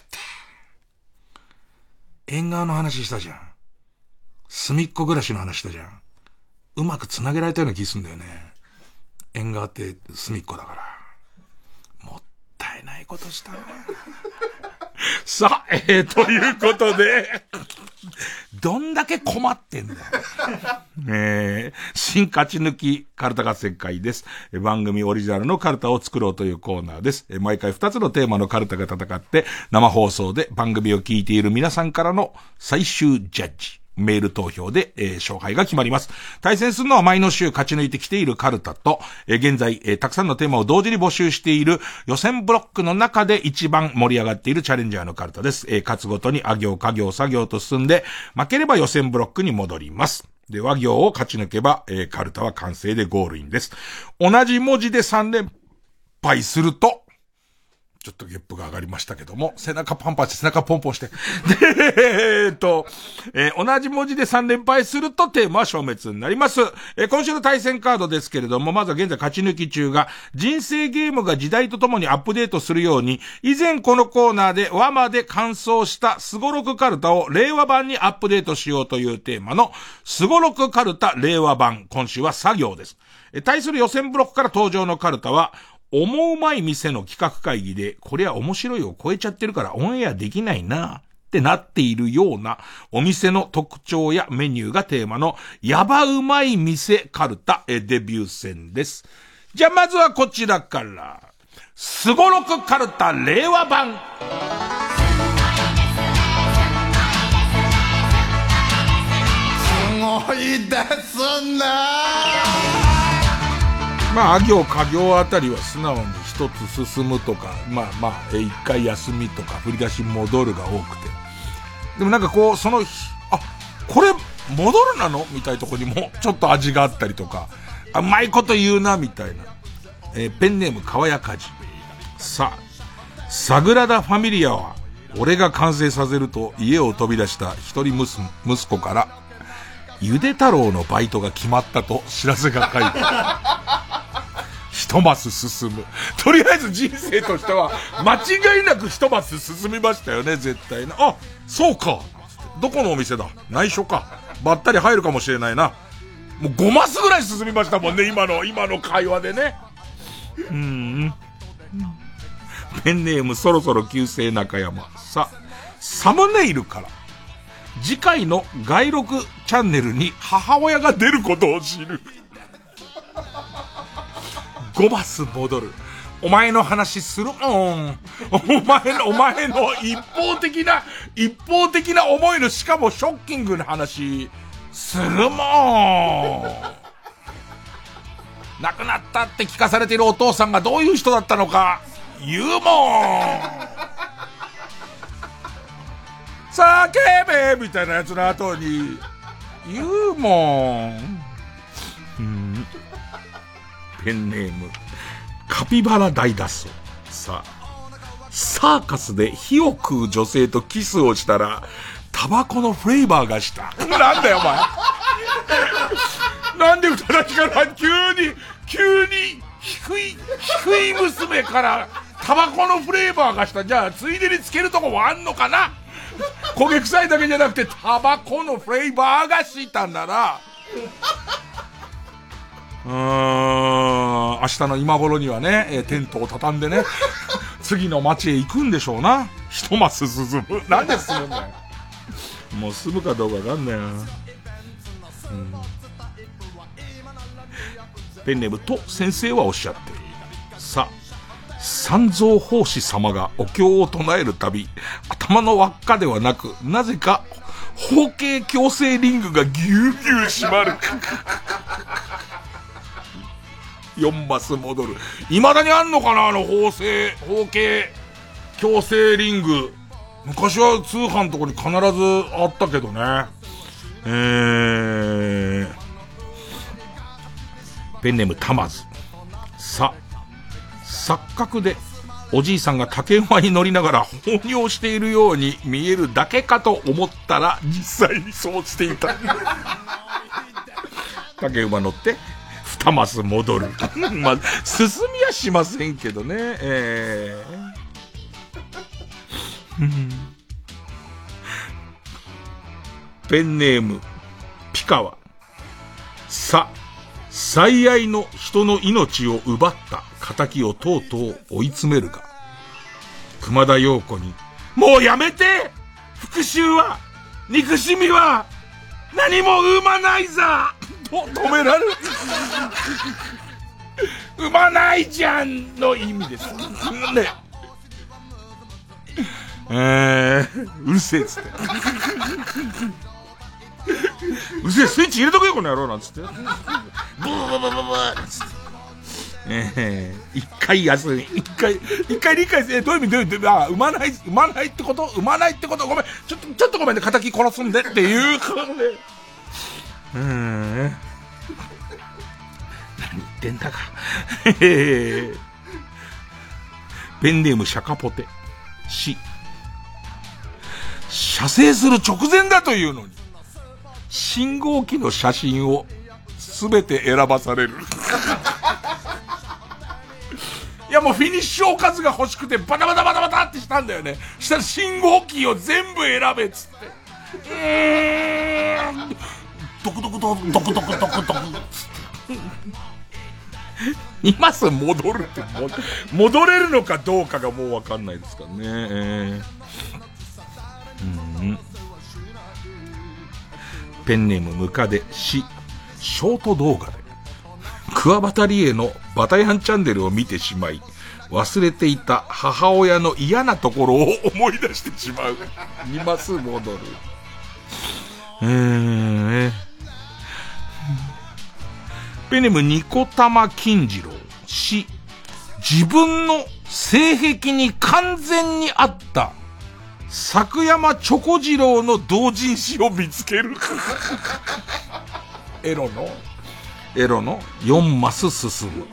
縁側の話したじゃん。隅っこ暮らしの話したじゃん。うまく繋げられたような気すんだよね。縁側って隅っこだから。もったいないことしたね。さあ、えー、ということで、 どんだけ困ってんだよ。えー、新勝ち抜きカルタ合戦会です。番組オリジナルのカルタを作ろうというコーナーです。毎回ふたつのテーマのカルタが戦って生放送で番組を聞いている皆さんからの最終ジャッジ。メール投票で、えー、勝敗が決まります。対戦するのは毎の週勝ち抜いてきているカルタと、えー、現在、えー、たくさんのテーマを同時に募集している予選ブロックの中で一番盛り上がっているチャレンジャーのカルタです。えー、勝つごとにあ行、家行、作業と進んで、負ければ予選ブロックに戻ります。で、和行を勝ち抜けば、えー、カルタは完成でゴールインです。同じ文字でさん連敗すると、ちょっとゲップが上がりましたけども、背中パンパンして背中ポンポンして。で、えーっと、えー、同じ文字でさん連敗するとテーマは消滅になります。えー、今週の対戦カードですけれども、まずは現在勝ち抜き中が、人生ゲームが時代とともにアップデートするように、以前このコーナーで和まで完走したスゴロクカルタを令和版にアップデートしようというテーマの、スゴロクカルタ令和版、今週は作業です。えー、対する予選ブロックから登場のカルタは、思うまい店の企画会議で、これは面白いを超えちゃってるからオンエアできないなってなっているようなお店の特徴やメニューがテーマのやばうまい店カルタデビュー戦です。じゃあまずはこちらから、スゴロクカルタ令和版。 すごいですね。 まあ、あ行、か行あたりは素直に一つ進むとか、まあまあ、一回休みとか、振り出し戻るが多くて。でもなんかこう、その、あ、これ、戻るなのみたいなとこにも、ちょっと味があったりとか、あ、うまいこと言うな、みたいな。えー、ペンネーム、かわやかじ。さあ、サグラダ・ファミリアは、俺が完成させると家を飛び出した一人息息子から、ゆで太郎のバイトが決まったと知らせが書いてある。一マス進む。とりあえず人生としては間違いなく一マス進みましたよね、絶対な。あ、そうか。どこのお店だ？内緒か。ばったり入るかもしれないな。もうごマスぐらい進みましたもんね、今の、今の会話でね。うーん。ペンネームそろそろ旧姓中山。さ、サムネイルから。次回の外録チャンネルに母親が出ることを知る。ごマス戻る。お前の話するもん。お前の、お前の一方的な、一方的な思いの、しかもショッキングな話、するもん。亡くなったって聞かされているお父さんがどういう人だったのか、言うもん。叫べみたいなやつの後に、言うもん。うん、ペンネーム、カピバラ大脱走。さあ、サーカスで火を食う女性とキスをしたら、タバコのフレーバーがした。なんだよ、お前。なんで歌たちから急に、急に、低い、低い娘から、タバコのフレーバーがした。じゃあ、ついでにつけるとこもあんのかな？焦げ臭いだけじゃなくて、タバコのフレーバーがしたんだな。うーん、明日の今頃にはね、えー、テントを畳んでね、次の街へ行くんでしょうな。一マス進む。なんで進むんだよ。もう進むかどうかわかんないな。うん、ペンネームと先生はおっしゃってる。さあ、三蔵法師様がお経を唱えるたび、頭の輪っかではなく、なぜか包茎矯正リングがぎゅうぎゅう締まる。よんマス戻る。未だにあんのかな、あの包成、包茎矯正リング。昔は通販とかに必ずあったけどね。えー、ペンネームたまず。さ、錯覚でおじいさんが竹馬に乗りながら放尿しているように見えるだけかと思ったら実際にそうしていた。竹馬乗ってにマス戻る。まあ進みはしませんけどね。えー、ペンネームピカワ。さ、最愛の人の命を奪った仇をとうとう追い詰めるが、熊田曜子に、もうやめて！復讐は、憎しみは、 何も生まないさと止められる。生まないじゃんの意味です。ね。えー、うるせえっつって。うるせえ、スイッチ入れとけよこの野郎なんつって。ブーブーブーブーブーつって。えー、一回休み、一回、一回理解して、どういう意味どういう意味、あ、産まない、産まないってこと産まないってことごめん、ちょっと、ちょっとごめんね、仇殺すんでっていうことで。うーん。何言ってんだか。ペンネームシャカポテ。し。射精する直前だというのに、信号機の写真をすべて選ばされる。いやもうフィニッシュおかずが欲しくてバタバタバタバタってしたんだよね。したら信号機を全部選べっつって。えー、ドクドクドクドクドクドクドクつって。今すぐ戻るって戻れるのかどうかがもうわかんないですからね。えー、うん。ペンネームムカデしショート動画でクワバタリエのバタヤンチャンネルを見てしまい忘れていた母親の嫌なところを思い出してしまう。今すぐ戻る。えー、ペンネームニコタマ金次郎し自分の性癖に完全に合った作山チョコ次郎の同人誌を見つける。エロのエロのよんマス進む。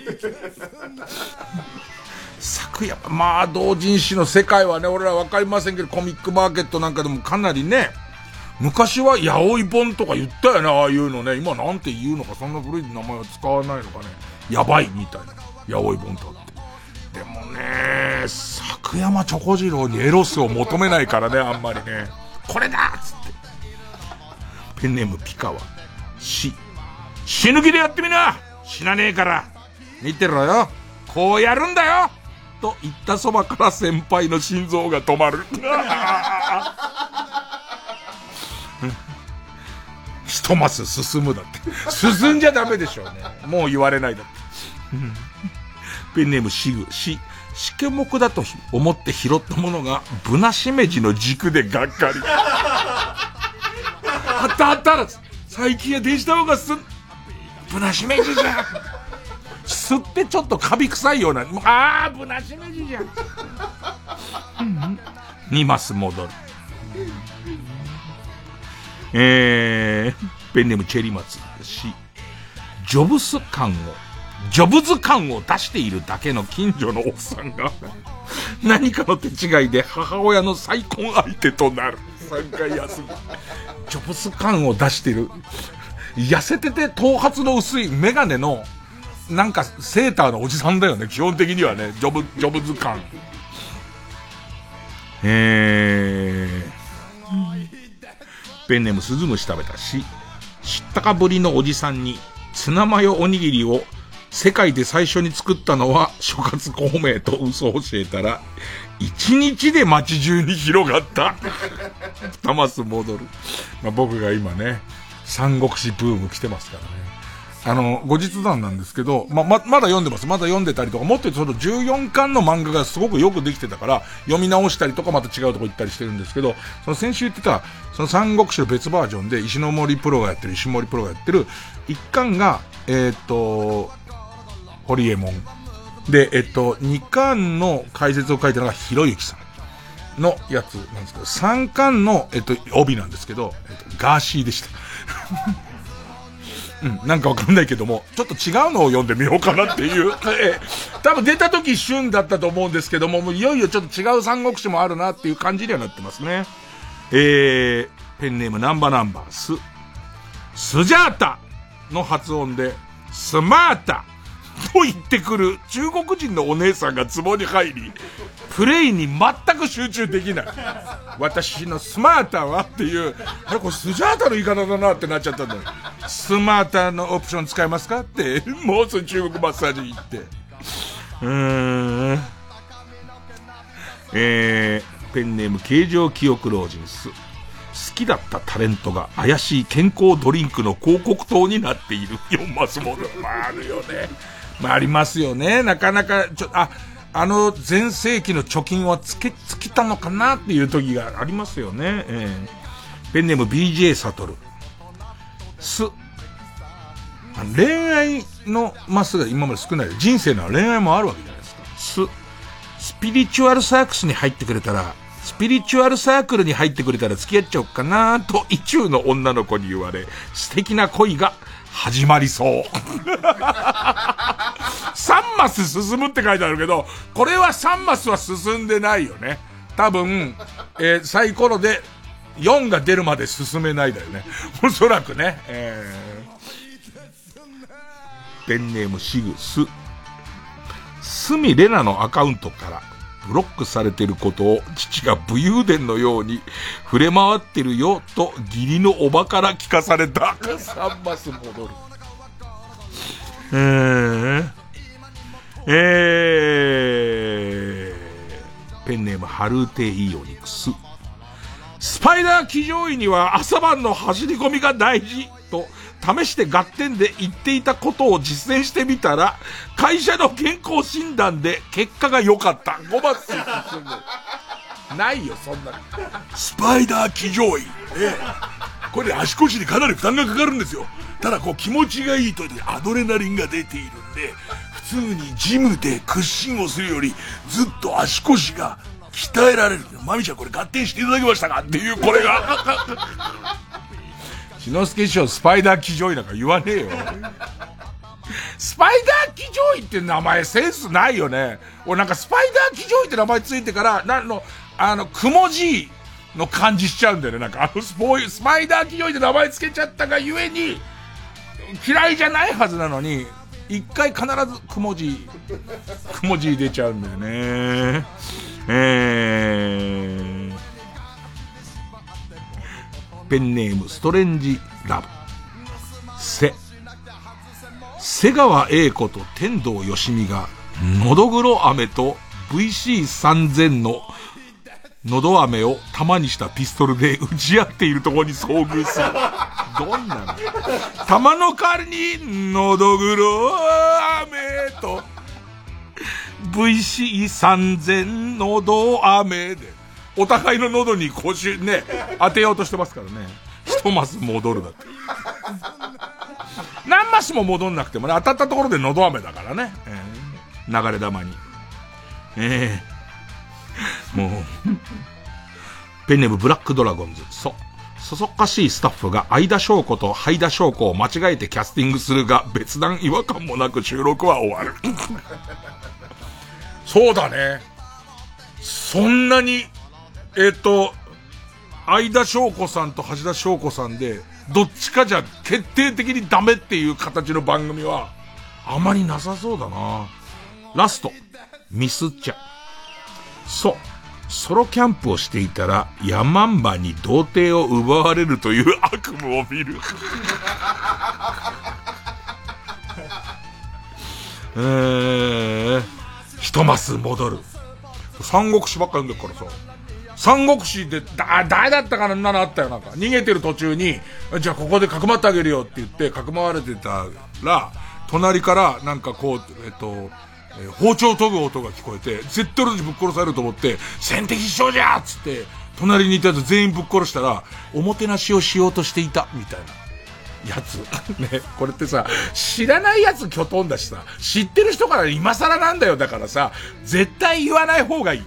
作山、まあ同人誌の世界はね、俺らわかりませんけど、コミックマーケットなんかでもかなりね、昔はヤオイ本とか言ったよね、ああいうのね。今なんて言うのか、そんな古い名前は使わないのかね。やばいみたいな。ヤオイ本とかって。でもね、作山チョコ次郎にエロスを求めないからね、あんまりね。これだっつって。ペンネームピカワ。し。死ぬ気でやってみな死なねえから見てろよこうやるんだよと言ったそばから先輩の心臓が止まる。一マス進むだって進んじゃダメでしょうね。もう言われないだって。ペンネームシグし試験目だと思って拾ったものがブナシメジの軸でがっかり。あったあったら最近は電子タバコがすんブナシメジじゃん。吸ってちょっとカビ臭いような、あーブナシメジじゃん。にマス戻る。えー、ペンネームチェリマツしジョブス感をジョブズ感を出しているだけの近所のおっさんが何かの手違いで母親の再婚相手となる。さんかい休み。ジョブズ感を出してる痩せてて頭髪の薄いメガネのなんかセーターのおじさんだよね、基本的にはね。ジョブジョブズ感。えー、ペンネームスズムシ食べたし知ったかぶりのおじさんにツナマヨおにぎりを世界で最初に作ったのは諸葛孔明と嘘を教えたら一日で街中に広がった。二マス戻る。まあ、僕が今ね三国志ブーム来てますからね。あの後日談なんですけど、まままだ読んでます。まだ読んでたりとか、もっと言うとそのじゅうよんかんの漫画がすごくよくできてたから読み直したりとかまた違うとこ行ったりしてるんですけど、その先週言ってたその三国志の別バージョンで石ノ森プロがやってる石森プロがやってる一巻がえー、っと堀江門で、えっと二巻の解説を書いたのがひろゆきさんのやつなんですけど、三巻のえっと帯なんですけど、えっと、ガーシーでした。うん、なんかわかんないけども、ちょっと違うのを読んでみようかなっていう。えー、多分出た時旬だったと思うんですけども、もういよいよちょっと違う三国志もあるなっていう感じにはなってますね。えー、ペンネームナンバナンバース。スジャータの発音で、スマータと言ってくる中国人のお姉さんが壺に入り、プレイに全く集中できない。私のスマータはっていう、あれこれスジャータの言い方だなってなっちゃったんだよ。スマータのオプション使えますかって、もうすぐ中国マッサージ行って。うーん。えー、ペンネーム形状記憶老人ス。 きだったタレントが怪しい健康ドリンクの広告塔になっている。よんマス戻る。まああるよね。まあありますよね。なかなか、ちょ、あ、あの前世紀の貯金はつけ、つきたのかなっていう時がありますよね。えー、ペンネーム ビージェー サトル。す、恋愛のマスが今まで少ない。人生の恋愛もあるわけじゃないですか。す、スピリチュアルサークスに入ってくれたら、スピリチュアルサークルに入ってくれたら付き合っちゃおうかなと意中の女の子に言われ、素敵な恋が始まりそう。さんマス進むって書いてあるけど、これはさんマスは進んでないよね。多分、えー、サイコロでよんが出るまで進めないだよね。おそらくね。えー、ペンネームシグス。スミレナのアカウントからブロックされてることを父が武勇伝のように触れ回ってるよと義理のおばから聞かされた。さんマス戻る。えー、えー、ペンネームハルーテイオニクス。スパイダー騎乗位には朝晩の走り込みが大事と試して合点で言っていたことを実践してみたら、会社の健康診断で結果が良かった。ごマス進む。ないよ、そんなの。スパイダー騎乗位。ええ。これ足腰にかなり負担がかかるんですよ。ただこう気持ちがいいとアドレナリンが出ているんで、普通にジムで屈伸をするよりずっと足腰が鍛えられる。マミちゃんこれ合点していただけましたかっていう、これが。しのすけ師匠スパイダー騎乗位なんか言わねえよ。スパイダー騎乗位って名前センスないよね。俺なんかスパイダー騎乗位って名前ついてから、なんの、あの、くもじの感じしちゃうんだよね。なんかあのスポイ、スパイダー騎乗位って名前つけちゃったがゆえに、嫌いじゃないはずなのに、一回必ずくもじ、くもじ出ちゃうんだよね。えー、ペンネームストレンジラブ。せ、瀬川栄子と天童よしみがのどぐろ飴と ブイシーさんぜん ののど飴を玉にしたピストルで撃ち合っているところに遭遇する。どんなの？玉の代わりにのどぐろ飴と ブイシーさんぜん のど飴でお互いの喉に腰ね当てようとしてますからね。一マス戻るだって。何マスも戻んなくてもね、当たったところでのど飴だからね、えー、流れ玉に。えー、もうペンネームブラックドラゴンズ。そそそっかしいスタッフが相田翔子と灰田翔子を間違えてキャスティングするが、別段違和感もなく収録は終わる。そうだね。そんなにえっと相田翔子さんと橋田翔子さんでどっちかじゃ決定的にダメっていう形の番組はあまりなさそうだな。ラストミスっちゃ。そう、ソロキャンプをしていたらヤマンバに童貞を奪われるという悪夢を見る。えー、一マス戻る。三国志ばっか読んでるからさ。三国志でだ誰だったかな、なのあったよ。なんか逃げてる途中にじゃあここでかくまってあげるよって言ってかくまわれてたら、隣からなんかこうえっとえー、包丁研ぐ音が聞こえて、絶対俺たちぶっ殺されると思って先手必勝じゃーっつって隣にいたやつ全員ぶっ殺したら、おもてなしをしようとしていたみたいなやつね。これってさ、知らないやつきょとんだしさ、知ってる人から今更なんだよ。だからさ、絶対言わない方がいい。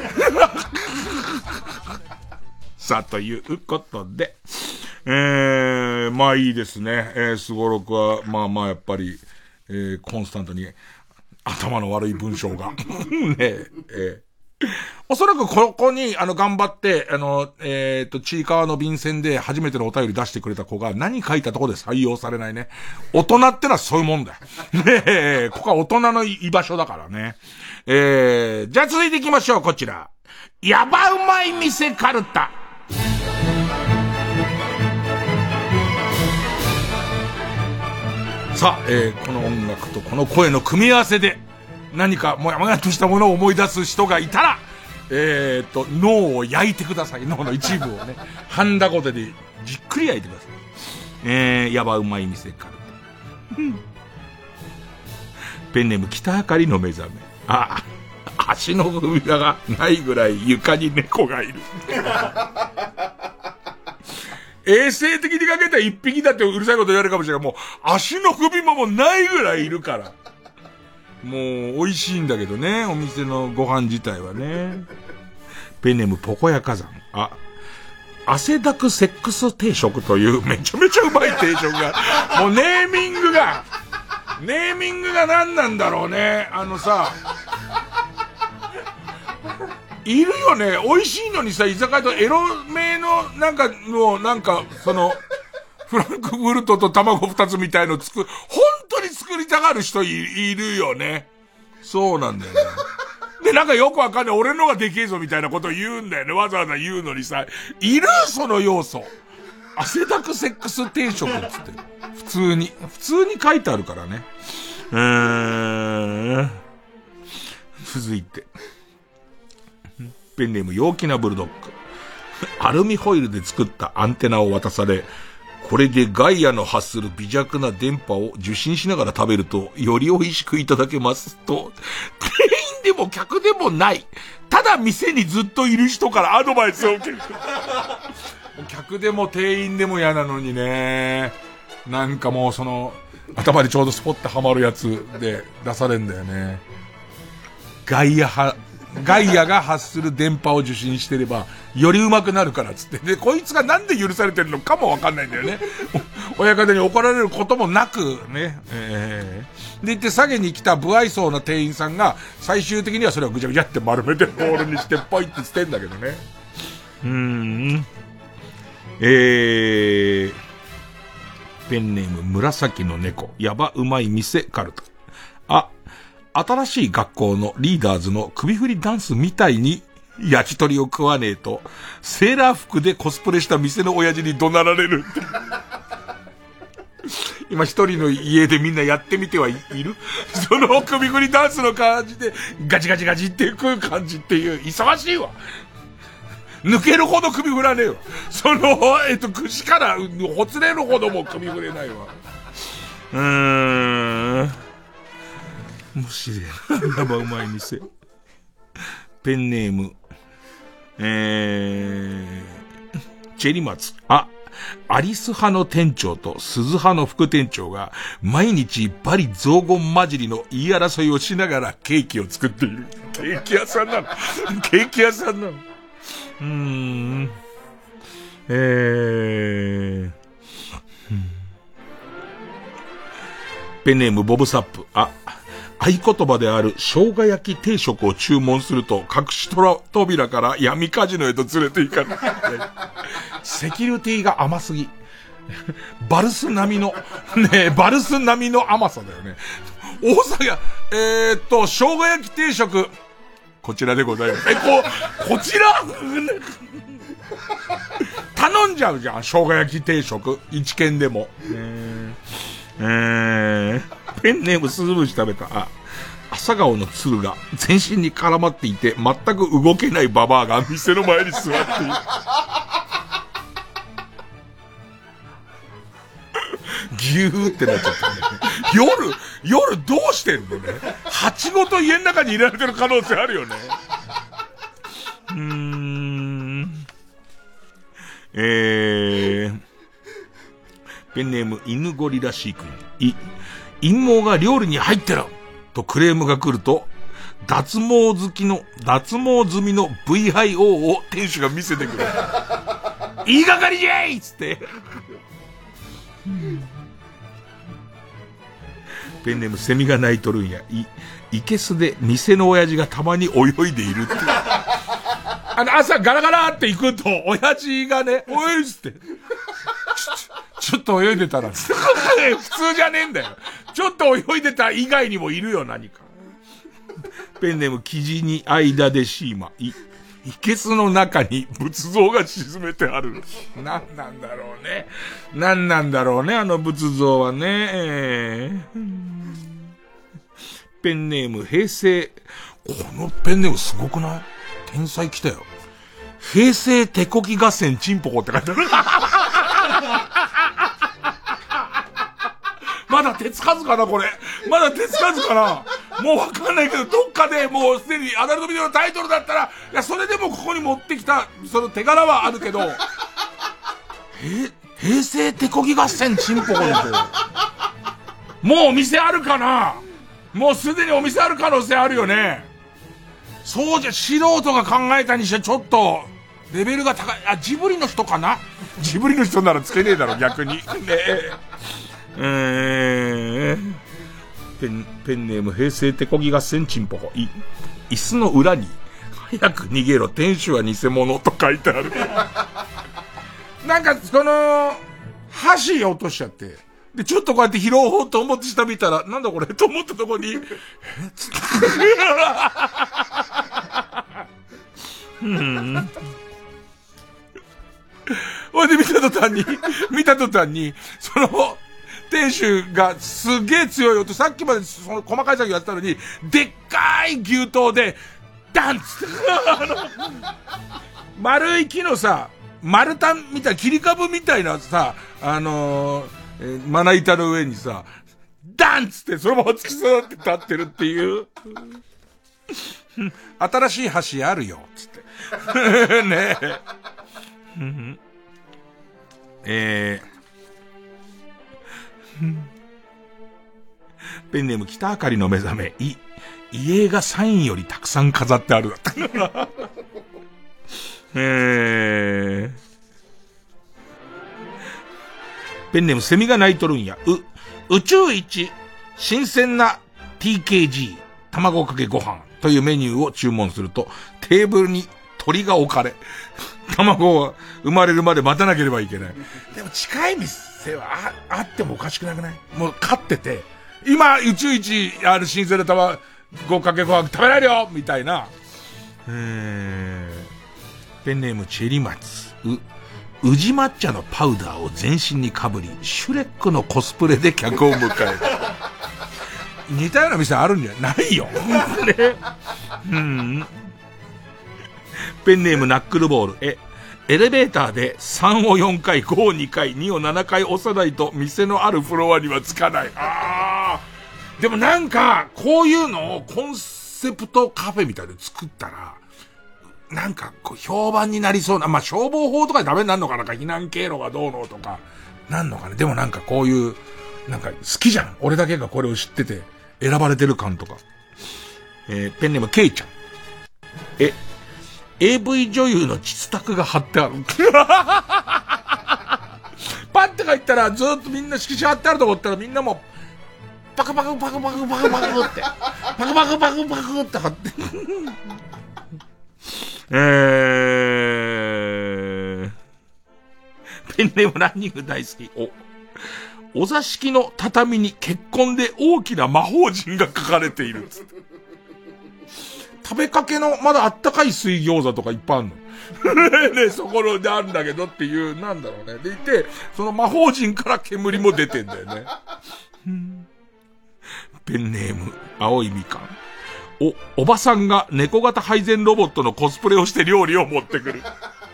さあということで、えー、まあいいですね。えー、すごろくはまあまあやっぱり、えー、コンスタントに頭の悪い文章がねえ、えー、おそらくここにあの頑張ってあのえっ、ー、とちいかわの便箋で初めてのお便り出してくれた子が何書いたところで採用されないね。大人ってのはそういうもんだよねえ。ここは大人の居場所だからね。えー、じゃあ続いていきましょう。こちらヤバうまい店カルタ。さあ、えー、この音楽とこの声の組み合わせで何かもやもやっとしたものを思い出す人がいたら、 えーっと、脳を焼いてください。脳の一部をね。ハンダゴテでじっくり焼いてください。えー、やばうまい店から。ペンネーム北あかりの目覚め。あ、足の踏み場がないぐらい床に猫がいる。衛生的にかけた一匹だってうるさいこと言われるかもしれない。もう足の踏み場もないぐらいいるから。もう美味しいんだけどね、お店のご飯自体はね。ペンネームポコヤ火山。あ、汗だくセックス定食というめちゃめちゃうまい定食が、もうネーミングが、ネーミングが何なんだろうね。あのさ、いるよね。美味しいのにさ、居酒屋とエロ名のなんかの、なんか、その、フランクフルトと卵二つみたいの作る、本当に作りたがる人 い, いるよね。そうなんだよね。で、なんかよくわかんない。俺のがでけえぞみたいなこと言うんだよね。わざわざ言うのにさ、いるその要素。汗だくセックス定食っつって。普通に、普通に書いてあるからね。うーん。続いて。ペンネーム陽気なブルドッグ。アルミホイルで作ったアンテナを渡され、これでガイアの発する微弱な電波を受信しながら食べると、より美味しくいただけますと、店員でも客でもない、ただ店にずっといる人からアドバイスを受ける。客でも店員でも嫌なのにね。なんかもうその、頭にちょうどスポッてはまるやつで出されんだよね。ガイアは、ガイアが発する電波を受信してれば、より上手くなるからっつって。で、こいつがなんで許されてるのかもわかんないんだよね。親方に怒られることもなく、ね。えー、で、言って下げに来た不愛想な店員さんが、最終的にはそれをぐちゃぐちゃって丸めてボールにしてポイって捨てんだけどね。うーん。えー、ペンネーム紫の猫。やばうまい店カルタ。あ、新しい学校のリーダーズの首振りダンスみたいに焼き鳥を食わねえと、セーラー服でコスプレした店の親父に怒鳴られるって。今一人の家でみんなやってみてはいる？その首振りダンスの感じでガチガチガチって食う感じっていう、忙しいわ。抜けるほど首振らねえわ。その、えっと、串からほつれるほども首振れないわ。うーん。もしれな。やばうまい店。ペンネーム。えー、チェリマツ。あ、アリス派の店長と鈴派の副店長が毎日バリ雑言混じりの言い争いをしながらケーキを作っている。ケーキ屋さんなの。ケーキ屋さんなの。うーん。えー、ペンネームボブサップ。あ、合言葉である生姜焼き定食を注文すると隠し扉から闇カジノへと連れて行かれる。セキュリティが甘すぎ。バルス並みの、ねえ、バルス並みの甘さだよね。大阪、えーっと、生姜焼き定食、こちらでございます。え、こ、こちら頼んじゃうじゃん、生姜焼き定食。一軒でも。えー、えー、ペンネームスズムシ食べた。あ、朝顔の鶴が全身に絡まっていて、全く動けないババアが店の前に座っている。ギューってなっちゃったね。夜、夜どうしてんのね。蜂ごと家の中に入れられてる可能性あるよね。うーん。えー。ペンネーム犬ゴリラ飼育員。い、陰謀が料理に入ってるとクレームが来ると、脱毛好きの、脱毛済みの ブイアイオー を店主が見せてくる。言いがかりじゃいっつって。ペンネームセミが鳴いとるんや。い、いけすで店の親父がたまに泳いでいるって。あの朝ガラガラって行くと親父がね、おいっつって。ちょっと泳いでたら。普通じゃねえんだよ。ちょっと泳いでた以外にもいるよ、何か。ペンネームキジに間でシーマ。い、いけすの中に仏像が沈めてある。何なんだろうね。何なんだろうね、あの仏像はね。えー、ペンネーム平成。このペンネームすごくない？ 天才来たよ。平成手こぎ合戦チンポコって書いてある。まだ手つかずかなこれ。まだ手つかずかな。もうわかんないけど、どっかでもうすでにアダルトビデオのタイトルだったら、いや、それでもここに持ってきた、その手柄はあるけど、え、平成手こぎ合戦チンポコですよ。もうお店あるかな？もうすでにお店ある可能性あるよね。そうじゃ、素人が考えたにしてちょっと、レベルが高い。あ、ジブリの人かな？ジブリの人ならつけねえだろ、逆に。ねえ。えー、ペン、ペンネーム平成手こぎ合戦チンポコ。い、椅子の裏に、早く逃げろ、店主は偽物と書いてある。なんか、その、箸落としちゃって、で、ちょっとこうやって拾おうと思って下見たら、なんだこれと思ったとこに、えつって。うん。ほいで見た途端に、見た途端に、その、店主がすげえ強い音、さっきまでその細かい作業やったのに、でっかい牛刀で、ダンツって丸い木のさ、丸太みたいな、切り株みたいなさ、あのー、えー、まな板の上にさ、ダンツってそのまま突き刺さって立ってるっていう。新しい箸あるよ、つって。ねえ。えー、ペンネーム北あかりの目覚め、い、家がサインよりたくさん飾ってあるだった。えー、ペンネームセミが鳴いとるんや。う、宇宙一新鮮な ティーケージー 卵かけご飯というメニューを注文すると、テーブルに鳥が置かれ、卵が生まれるまで待たなければいけない。でも近い店は あ, あってもおかしくなくない？もう飼ってて、今宇宙一ある新鮮な卵かけご飯食べられるよみたいな。えー、ペンネームチェリマツ。う、宇治抹茶のパウダーを全身にかぶり、シュレックのコスプレで客を迎える。似たような店あるんじゃないよ。ね、うん。ペンネームナックルボール。え、エレベーターでさんをよんかい、ごをにかい、にをななかい押さないと店のあるフロアにはつかない。あー。でもなんか、こういうのをコンセプトカフェみたいで作ったら、なんかこう評判になりそうな、まあ、消防法とかでダメになるのかな、避難経路がどうのとか、なんのかね。でもなんかこういう、なんか好きじゃん。俺だけがこれを知ってて、選ばれてる感とか。えー、ペンネームケイちゃん。え、エーブイ 女優の膣卓が貼ってある。パッて帰ったらずっとみんな色紙貼ってあると思ったらみんなもパクパクパクパクパクパクってパクパクパクパクって貼ってえーペンネームランニング大好き。おお座敷の畳に結婚で大きな魔法陣が書かれている。食べかけのまだあったかい水餃子とかいっぱいあるの。ね、そこであるんだけどっていう、なんだろうね。でいて、その魔法陣から煙も出てんだよね。ペンネーム、青いみかん。お、おばさんが猫型配膳ロボットのコスプレをして料理を持ってくる。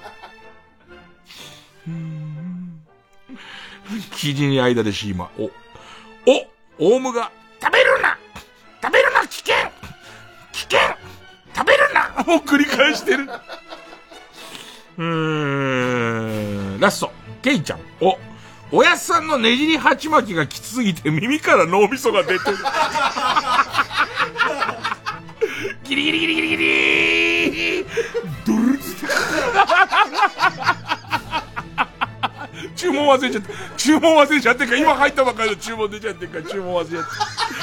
生地に間でシーマ。お、お、オウムが、食べるな食べるな危険危険食べるなを繰り返してる。うーん、ラスト、ケイちゃん。お、おやっさんのねじり鉢巻きがきつすぎて耳から脳みそが出てる。ギリギリギリギリギリドルツ注文忘れちゃった。注文忘れちゃってんか。今入ったばっかりの注文出ちゃってんか。注文忘れちゃって。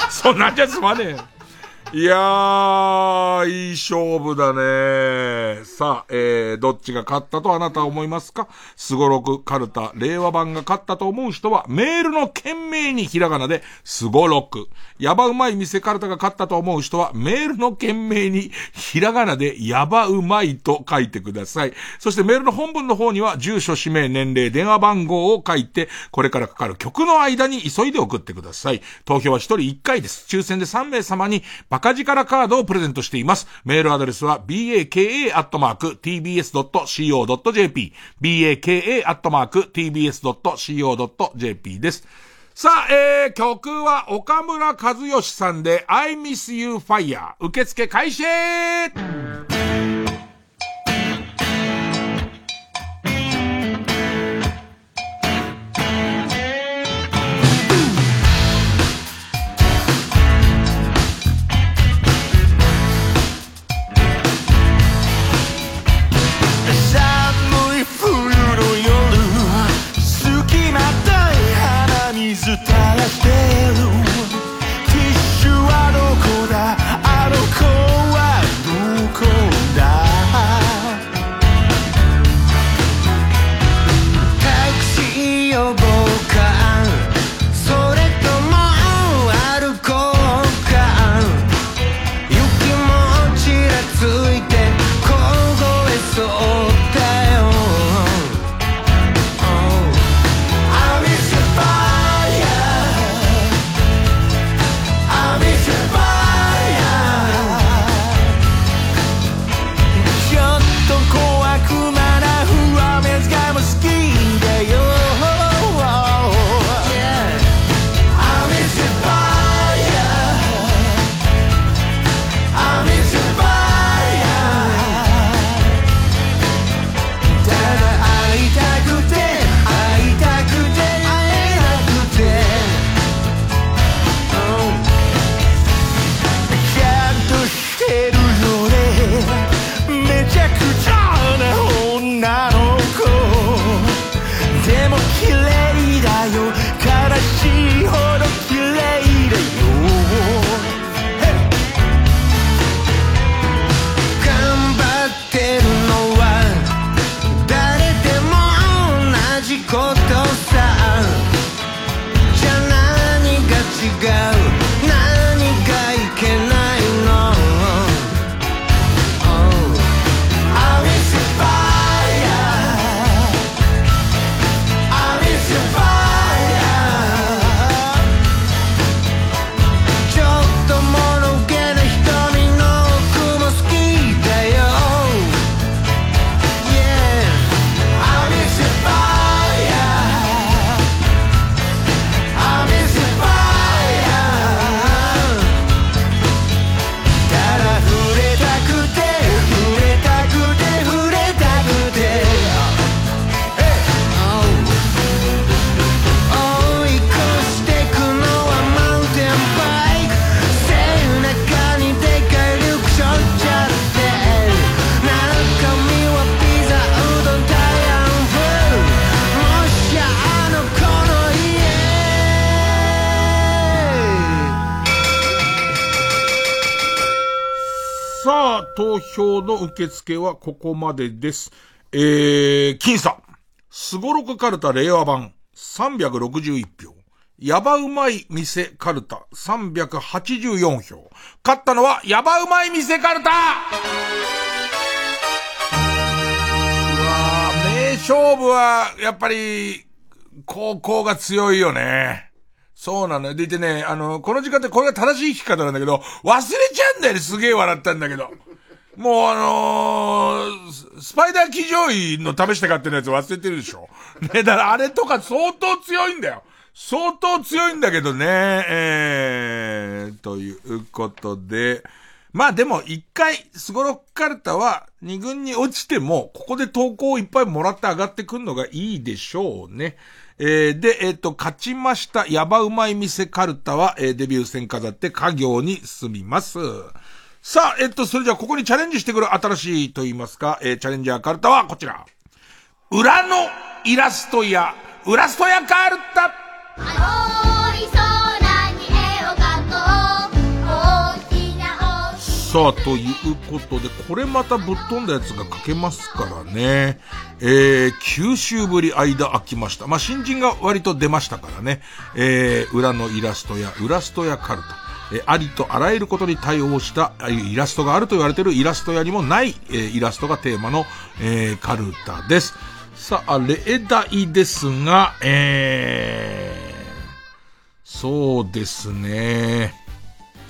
そんなんじゃすまねえ。いやー、いい勝負だね。さあ、えー、どっちが勝ったとあなたは思いますか？スゴロクカルタ令和版が勝ったと思う人はメールの件名にひらがなでスゴロク。ヤバうまい店カルタが勝ったと思う人はメールの件名にひらがなでヤバうまいと書いてください。そしてメールの本文の方には住所、氏名、年齢、電話番号を書いて、これからかかる曲の間に急いで送ってください。投票はひとりいっかいです。抽選でさんめい様にバカ力カードをプレゼントしています。メールアドレスは バカ アットマーク ティービーエスドットシーオードットジェーピー バカ アットマーク ティービーエスドットシーオードットジェーピー です。さあ、えー、曲は岡村和義さんで I Miss You Fire。受付開始。 水垂らしてるティッシュはどこだあの子はどこだタクシー呼ぼうかそれとも歩こうか雪もちらついて凍えそうだよ投票の受付はここまでです。えー、僅差。すごろくカルタ令和版さんびゃくろくじゅういちひょう。やばうまい店カルタさんびゃくはちじゅうよんひょう。勝ったのはやばうまい店カルタ。うわー、名勝負はやっぱり高校が強いよね。そうなのよ。でいてね、あの、この時間ってこれが正しい生き方なんだけど、忘れちゃうんだよね。すげえ笑ったんだけど。もうあのー、スパイダー騎乗位の試して買ってるやつ忘れてるでしょ。ね、だからあれとか相当強いんだよ。相当強いんだけどね。えー、ということで。まあでも一回、スゴロクカルタは二軍に落ちても、ここで投稿をいっぱいもらって上がってくるのがいいでしょうね。えー、で、えっと、勝ちました、やばうまい店カルタは、えー、デビュー戦飾って家業に進みます。さあ、えっと、それじゃあここにチャレンジしてくる新しいと言いますか、えー、チャレンジャーカルタはこちら。裏のイラスト屋、ウラスト屋カルタ。青い空に絵を描こう、大きな大きな。さあ、ということで、これまたぶっ飛んだやつが描けますからね。えー、きゅう週ぶり間空きました。まあ、新人が割と出ましたからね。えー、裏のイラスト屋、ウラスト屋カルタ。えー、ありとあらゆることに対応したイラストがあると言われているイラスト屋にもない、えー、イラストがテーマの、えー、カルタです。さあ、例題ですが、えー、そうですね。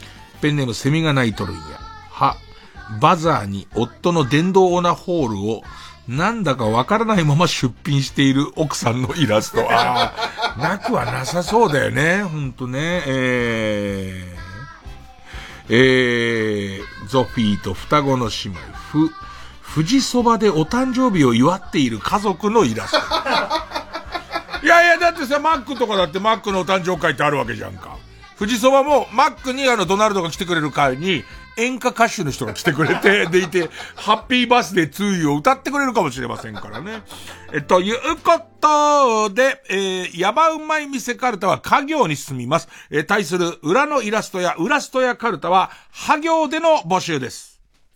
ペンネームセミが鳴いとるんや。は、バザーに夫の電動オナホールをなんだかわからないまま出品している奥さんのイラスト。ああ、なくはなさそうだよね。ほんとね。えー、えー、ゾフィーと双子の姉妹、ふ、富士そばでお誕生日を祝っている家族のイラスト。いやいや、だってさ、マックとかだってマックのお誕生会ってあるわけじゃんか。富士そばもマックにあのドナルドが来てくれる会に演歌歌手の人が来てくれて、でいて、ハッピーバースデーツーユーを歌ってくれるかもしれませんからね。えっと、いうことで、えー、ヤバうまい店カルタは家業に進みます。えー、対する裏のイラストや裏ストやカルタは、派業での募集です。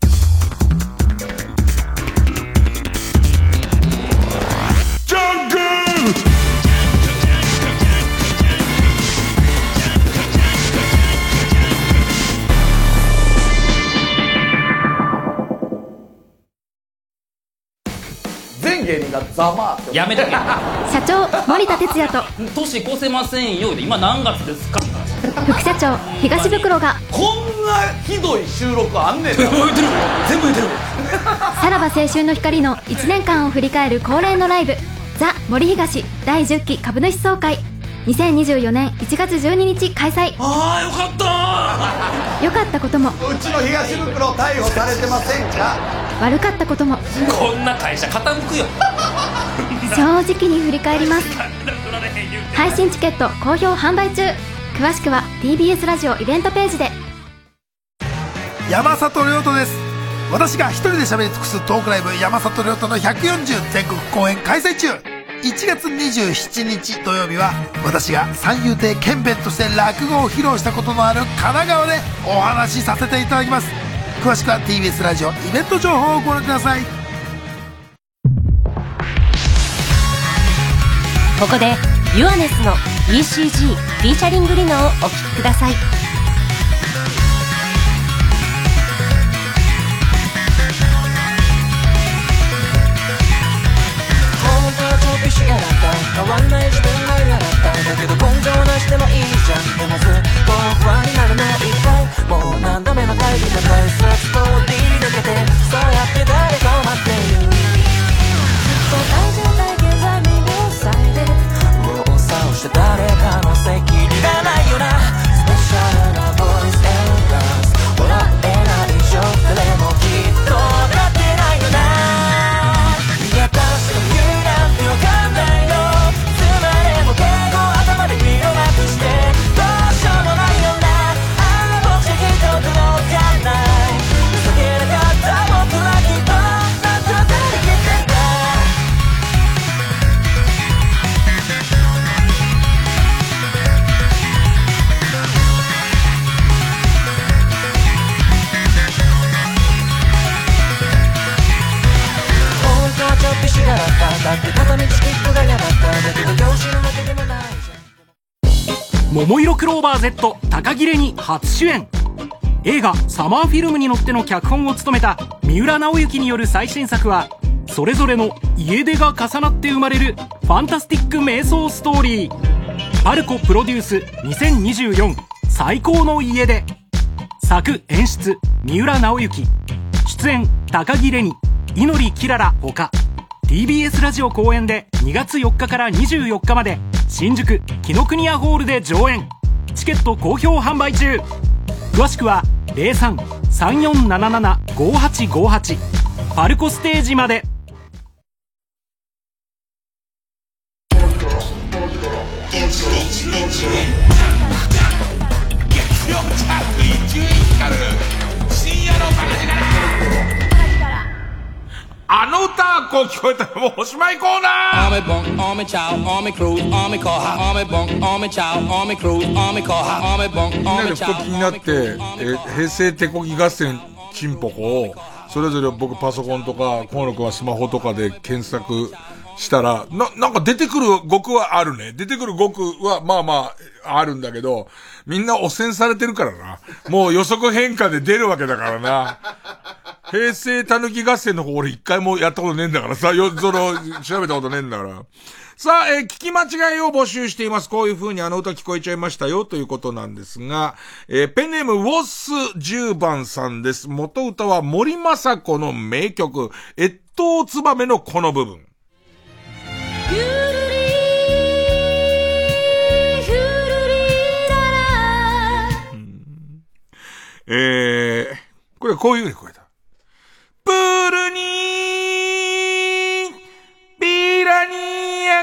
ジャンク全芸人がざまーやめとけ社長森田哲也と年越せませんよで今何月ですか。 副社長東袋がこんなひどい収録あんねんな。全部言ってる全部言ってるさらば青春の光のいちねんかんを振り返る恒例のライブザ・森東だいじゅっき株主総会にせんにじゅうよねんいちがつじゅうににち開催。 あーよかった良かったことも、 うちの東袋逮捕されてませんか。 悪かったことも、 こんな会社傾くよ正直に振り返ります。配信チケット好評販売中。詳しくは ティービーエス ラジオイベントページで。 山里亮太です。私が一人で喋り尽くすトークライブ山里亮太のひゃくよんじゅう全国公演開催中。いちがつにじゅうしちにち土曜日は私が三遊亭ケンベンとして落語を披露したことのある神奈川でお話しさせていただきます。詳しくは ティービーエス ラジオイベント情報をご覧ください。 ここでユアネスの イーシージー フィーチャリングリノをお聴きください。 変わんない自分が嫌だっただけど根性なしでもいいじゃん。でもずっと不安になるのいっぱい。もう何度目の会議だ大切ストーリー抜けてそうやって誰かを待っている。ずっと大事な現在未了さえで右往左往して誰かの席にならないよな。スペシャルなボイスエンダース笑えないジョークでもきっと分かってないよな。いや確かになんてわかんないの。つまでも敬語頭で見ろなくしてどうしようもないよな。あんな僕じゃきっと届かない避けなかった僕はきっとなんとなく生きてんだ。本当はちょっぴしがだっただって片道切符が嫌だっただけど業種のわけでもないじゃん。 桃色クローバー Z 高切れに初主演。映画サマーフィルムに乗っての脚本を務めた三浦直之による最新作はそれぞれの家出が重なって生まれるファンタスティック瞑想ストーリー。パルコプロデュースにせんにじゅうよん最高の家出。作演出三浦直之、出演高木レニ、祈きららほか。 ティービーエス ラジオ公演でにがつよっかからにじゅうよっかまで新宿紀ノ国屋ホールで上演。チケット好評販売中。詳しくは ゼロさん さんよんなななな ごはちごはち パルコステージまで。 あの歌はこう聞こえたらもうおしまいコーナー。 アメボンアメチャオアメクルーアメコハアメボンアメチャオアメクルーアメコハアメボンみんなでふと気になってえ平成手こぎ合戦チンポコをそれぞれ僕パソコンとか河野くんはスマホとかで検索したらな、なんか出てくる語句はあるね。出てくる語句はまあまああるんだけどみんな汚染されてるからな。もう予測変化で出るわけだからな。平成たぬき合戦の方俺一回もやったことねえんだからさ、よ、その、調べたことねえんだから。 さあ、えー、聞き間違いを募集しています。こういう風にあの歌聞こえちゃいましたよということなんですが、えー、ペンネームウォッスじゅうばんさんです。元歌は森昌子の名曲、越冬つばめのこの部分。えー、これはこういう風に聞こえた。プルニー、ピラニア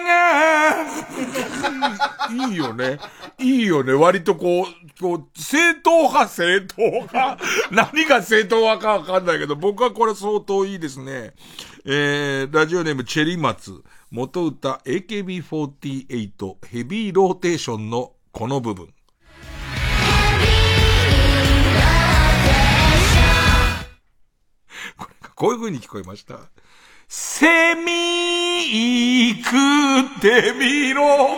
が、いいよね。いいよね。割とこう、こう、正統派、正統派。何が正統派かわかんないけど、僕はこれ相当いいですね。えー、ラジオネームチェリマツ、元歌 エーケービーフォーティーエイト ヘビーローテーションのこの部分。こういう風に聞こえました。セミ食ってみろ。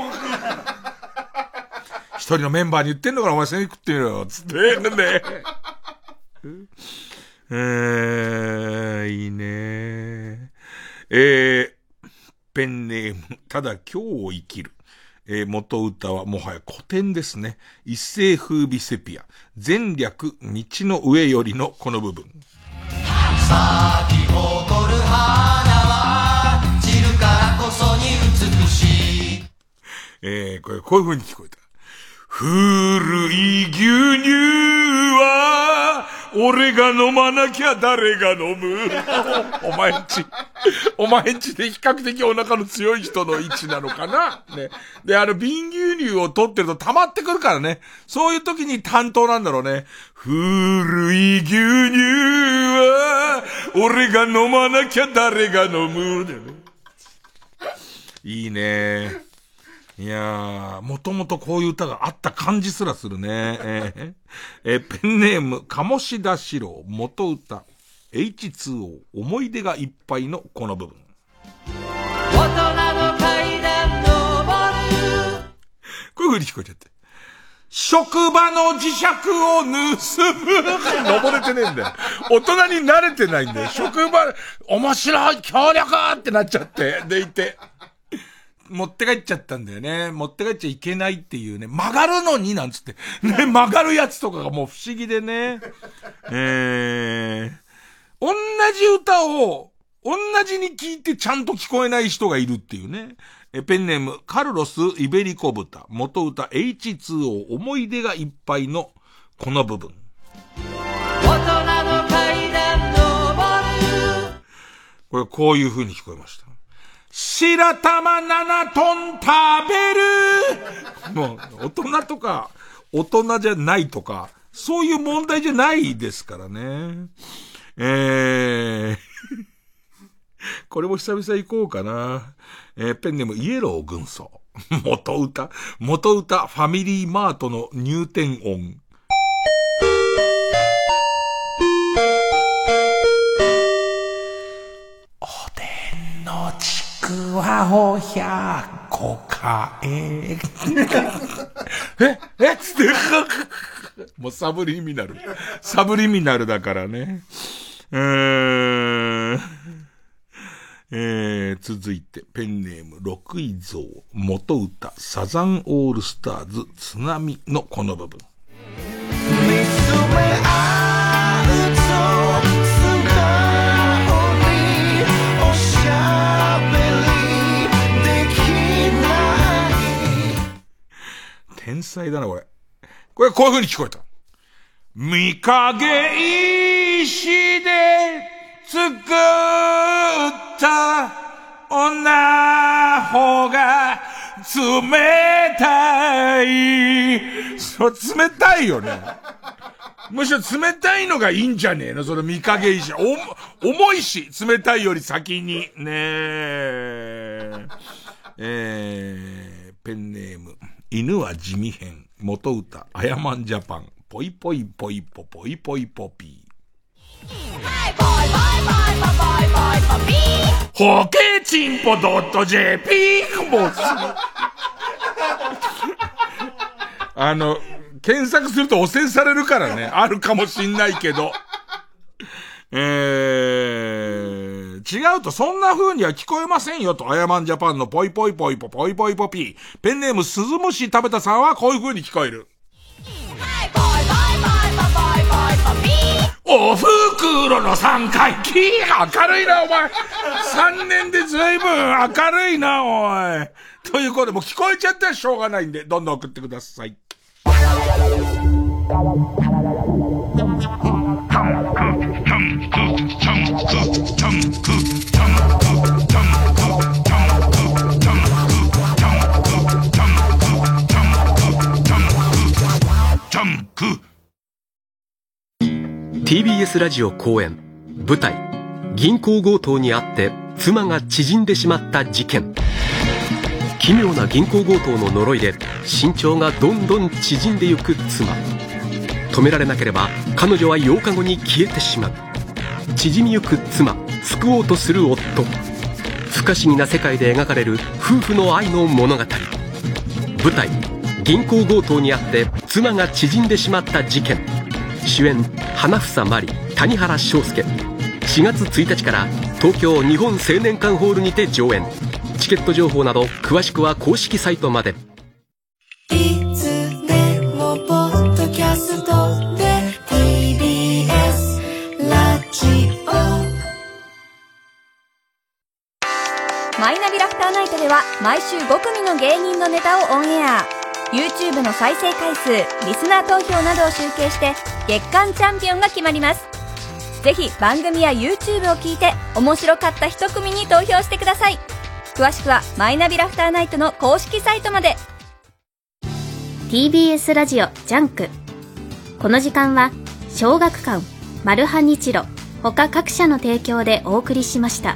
一人のメンバーに言ってんのからお前セミ食ってみろよ。つってね。えー、いいね。えー、ペンネーム、ただ今日を生きる。えー、元歌はもはや古典ですね。一世風靡セピア。前略道の上よりのこの部分。 咲き誇る花は散るからこそに美しい。 えー、これこういう風に聞こえた。古い牛乳は俺が飲まなきゃ誰が飲む。お前んちお前んちで比較的お腹の強い人の位置なのかなね。で、あの瓶牛乳を取ってると溜まってくるからね。そういう時に担当なんだろうね。古い牛乳は俺が飲まなきゃ誰が飲む。いいね。いやー、もともとこういう歌があった感じすらするね。えーえー、ペンネーム、鴨志田四郎、元歌、エイチツーオー、思い出がいっぱいのこの部分。 大人の階段登る。 こういう風に聞こえちゃって。職場の磁石を盗む。登れてねえんだよ。大人に慣れてないんだよ。職場、面白い、強力ってなっちゃって。でいて。持って帰っちゃったんだよね。持って帰っちゃいけないっていうね。曲がるのになんつって。ね、曲がるやつとかがもう不思議でね。えー、同じ歌を、同じに聞いてちゃんと聞こえない人がいるっていうね。え、ペンネーム、カルロス・イベリコ豚。元歌 エイチツーオー、思い出がいっぱいのこの部分。 大人の階段登る。 これこういう風に聞こえました。白玉ななトン食べる。もう、大人とか、大人じゃないとか、そういう問題じゃないですからね。えー、これも久々行こうかな。えー、ペンネームイエロー軍曹。元歌、元歌ファミリーマートの入店音。おでんのちくわをひゃっこ買え。ええつって。もうサブリミナル。サブリミナルだからね。うーん。えー、続いて、ペンネーム、六位蔵、元歌、サザンオールスターズ、津波のこの部分。見つめ合うと、素直におしゃべりできない。天才だな、これ。これ、こういう風に聞こえた。見影石で、作った女方が冷たい。そう、冷たいよね。むしろ冷たいのがいいんじゃねえのその見影石。お、重いし、冷たいより先に。ねえ。えー、ペンネーム。犬は地味編。元歌、アヤマンジャパン。ポイポイポイポポイポイポピー。ホケチンポ .jp もうあの検索すると汚染されるからね。あるかもしんないけど。えー、 違うとそんな風には聞こえませんよと、アヤマンジャパンのポイポイポイポポイポイポピー。ペンネームスズムシ食べたさんはこういう風に聞こえる。おふくろのさんかい、キー明るいなお前。さんねんでずいぶん明るいなおい。ということでもう聞こえちゃったらしょうがないんで、どんどん送ってください。 ティービーエス ラジオ公演舞台銀行強盗にあって妻が縮んでしまった事件。奇妙な銀行強盗の呪いで身長がどんどん縮んでゆく妻。止められなければ彼女はようかごに消えてしまう。縮みゆく妻、救おうとする夫。不可思議な世界で描かれる夫婦の愛の物語。舞台銀行強盗にあって妻が縮んでしまった事件。主演花房まり、谷原章介。しがつついたちから東京日本青年館ホールにて上演。チケット情報など詳しくは公式サイトまで。 いつでもポッドキャストで ティービーエス ラジオ。 マイナビラフターナイトでは毎週ごくみの芸人のネタをオンエア。 YouTube の再生回数、リスナー投票などを集計して月間チャンピオンが決まります。ぜひ番組や YouTube を聞いて面白かった一組に投票してください。詳しくはマイナビラフターナイトの公式サイトまで。 ティービーエス ラジオジャンク。この時間は小学館、マルハニチロ他各社の提供でお送りしました。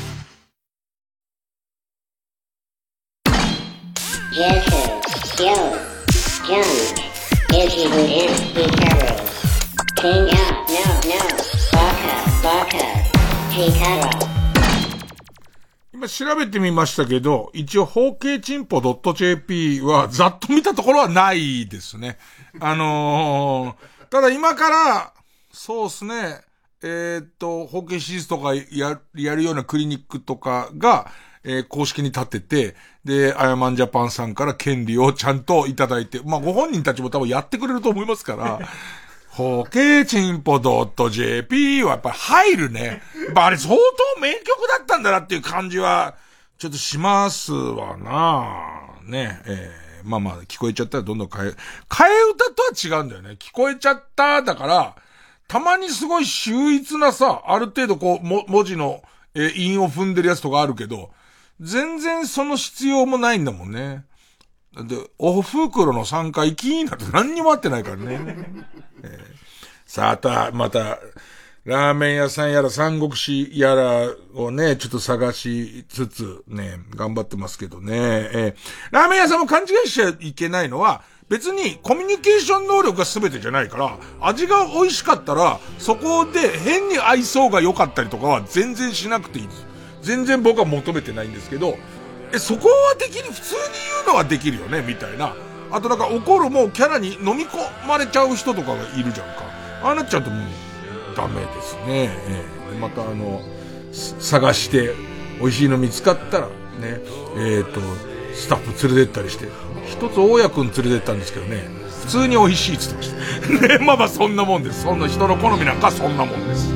今調べてみましたけど、一応包茎チンポ .jp はざっと見たところはないですね。あのー、ただ今からそうですね、えー、っと包茎手術とかややるようなクリニックとかが、えー、公式に立てて、でアヤマンジャパンさんから権利をちゃんといただいて、まあご本人たちも多分やってくれると思いますから包茎チンポ .jp はやっぱり入るね。あれ相当名曲だったんだなっていう感じはちょっとしますわなね。えー、まあまあ聞こえちゃったらどんどん変え替え歌とは違うんだよね。聞こえちゃっただからたまにすごい秀逸なさ、ある程度こうも文字の、えー、韻を踏んでるやつとかあるけど、全然その必要もないんだもんね。でおふくろのさんかいキーなんて何にもあってないからね。えー、さあ、あとはまたラーメン屋さんやら三国志やらをねちょっと探しつつね頑張ってますけどね。えー、ラーメン屋さんも勘違いしちゃいけないのは、別にコミュニケーション能力が全てじゃないから、味が美味しかったらそこで変に愛想が良かったりとかは全然しなくていいです。全然僕は求めてないんですけど、えそこはできる、普通に言うのはできるよねみたいな。あとなんか怒るもキャラに飲み込まれちゃう人とかがいるじゃんか。ああなっちゃうともうダメですね。えー、またあの探して美味しいの見つかったらね、えっとスタッフ連れてったりして、一つ大家くん連れてったんですけどね、普通に美味しいって言ってましたね。まあまあそんなもんです。そんな人の好みなんかそんなもんです。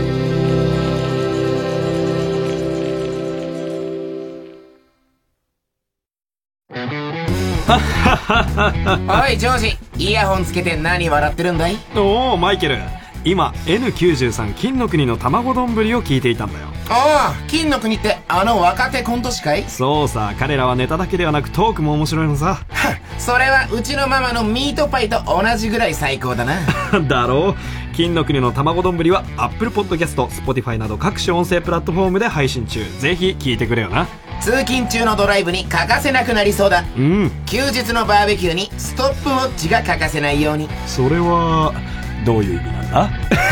おいジョージ、イヤホンつけて何笑ってるんだい？ おおマイケル、今 エヌきゅうじゅうさん 金の国の卵丼ぶりを聞いていたんだよ。 ああ、金の国ってあの若手コント師かい？ そうさ、彼らはネタだけではなくトークも面白いのさ。 それはうちのママのミートパイと同じぐらい最高だな。 だろう。金の国の卵丼ぶりは Apple Podcast、Spotify など各種音声プラットフォームで配信中。ぜひ聞いてくれよな。 通勤中のドライブに欠かせなくなりそうだ。 うん。 休日のバーベキューにストップウォッチが欠かせないように。 それはどういう意味なんだ？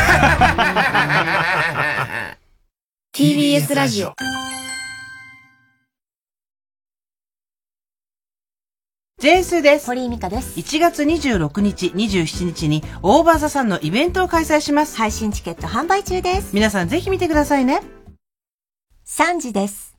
ティービーエス ラジオジェーンスーです。 堀井美香です。 いちがつにじゅうろくにち、にじゅうしちにちにオーバーザさんのイベントを開催します。 配信チケット販売中です。 皆さんぜひ見てくださいね。 さんじです。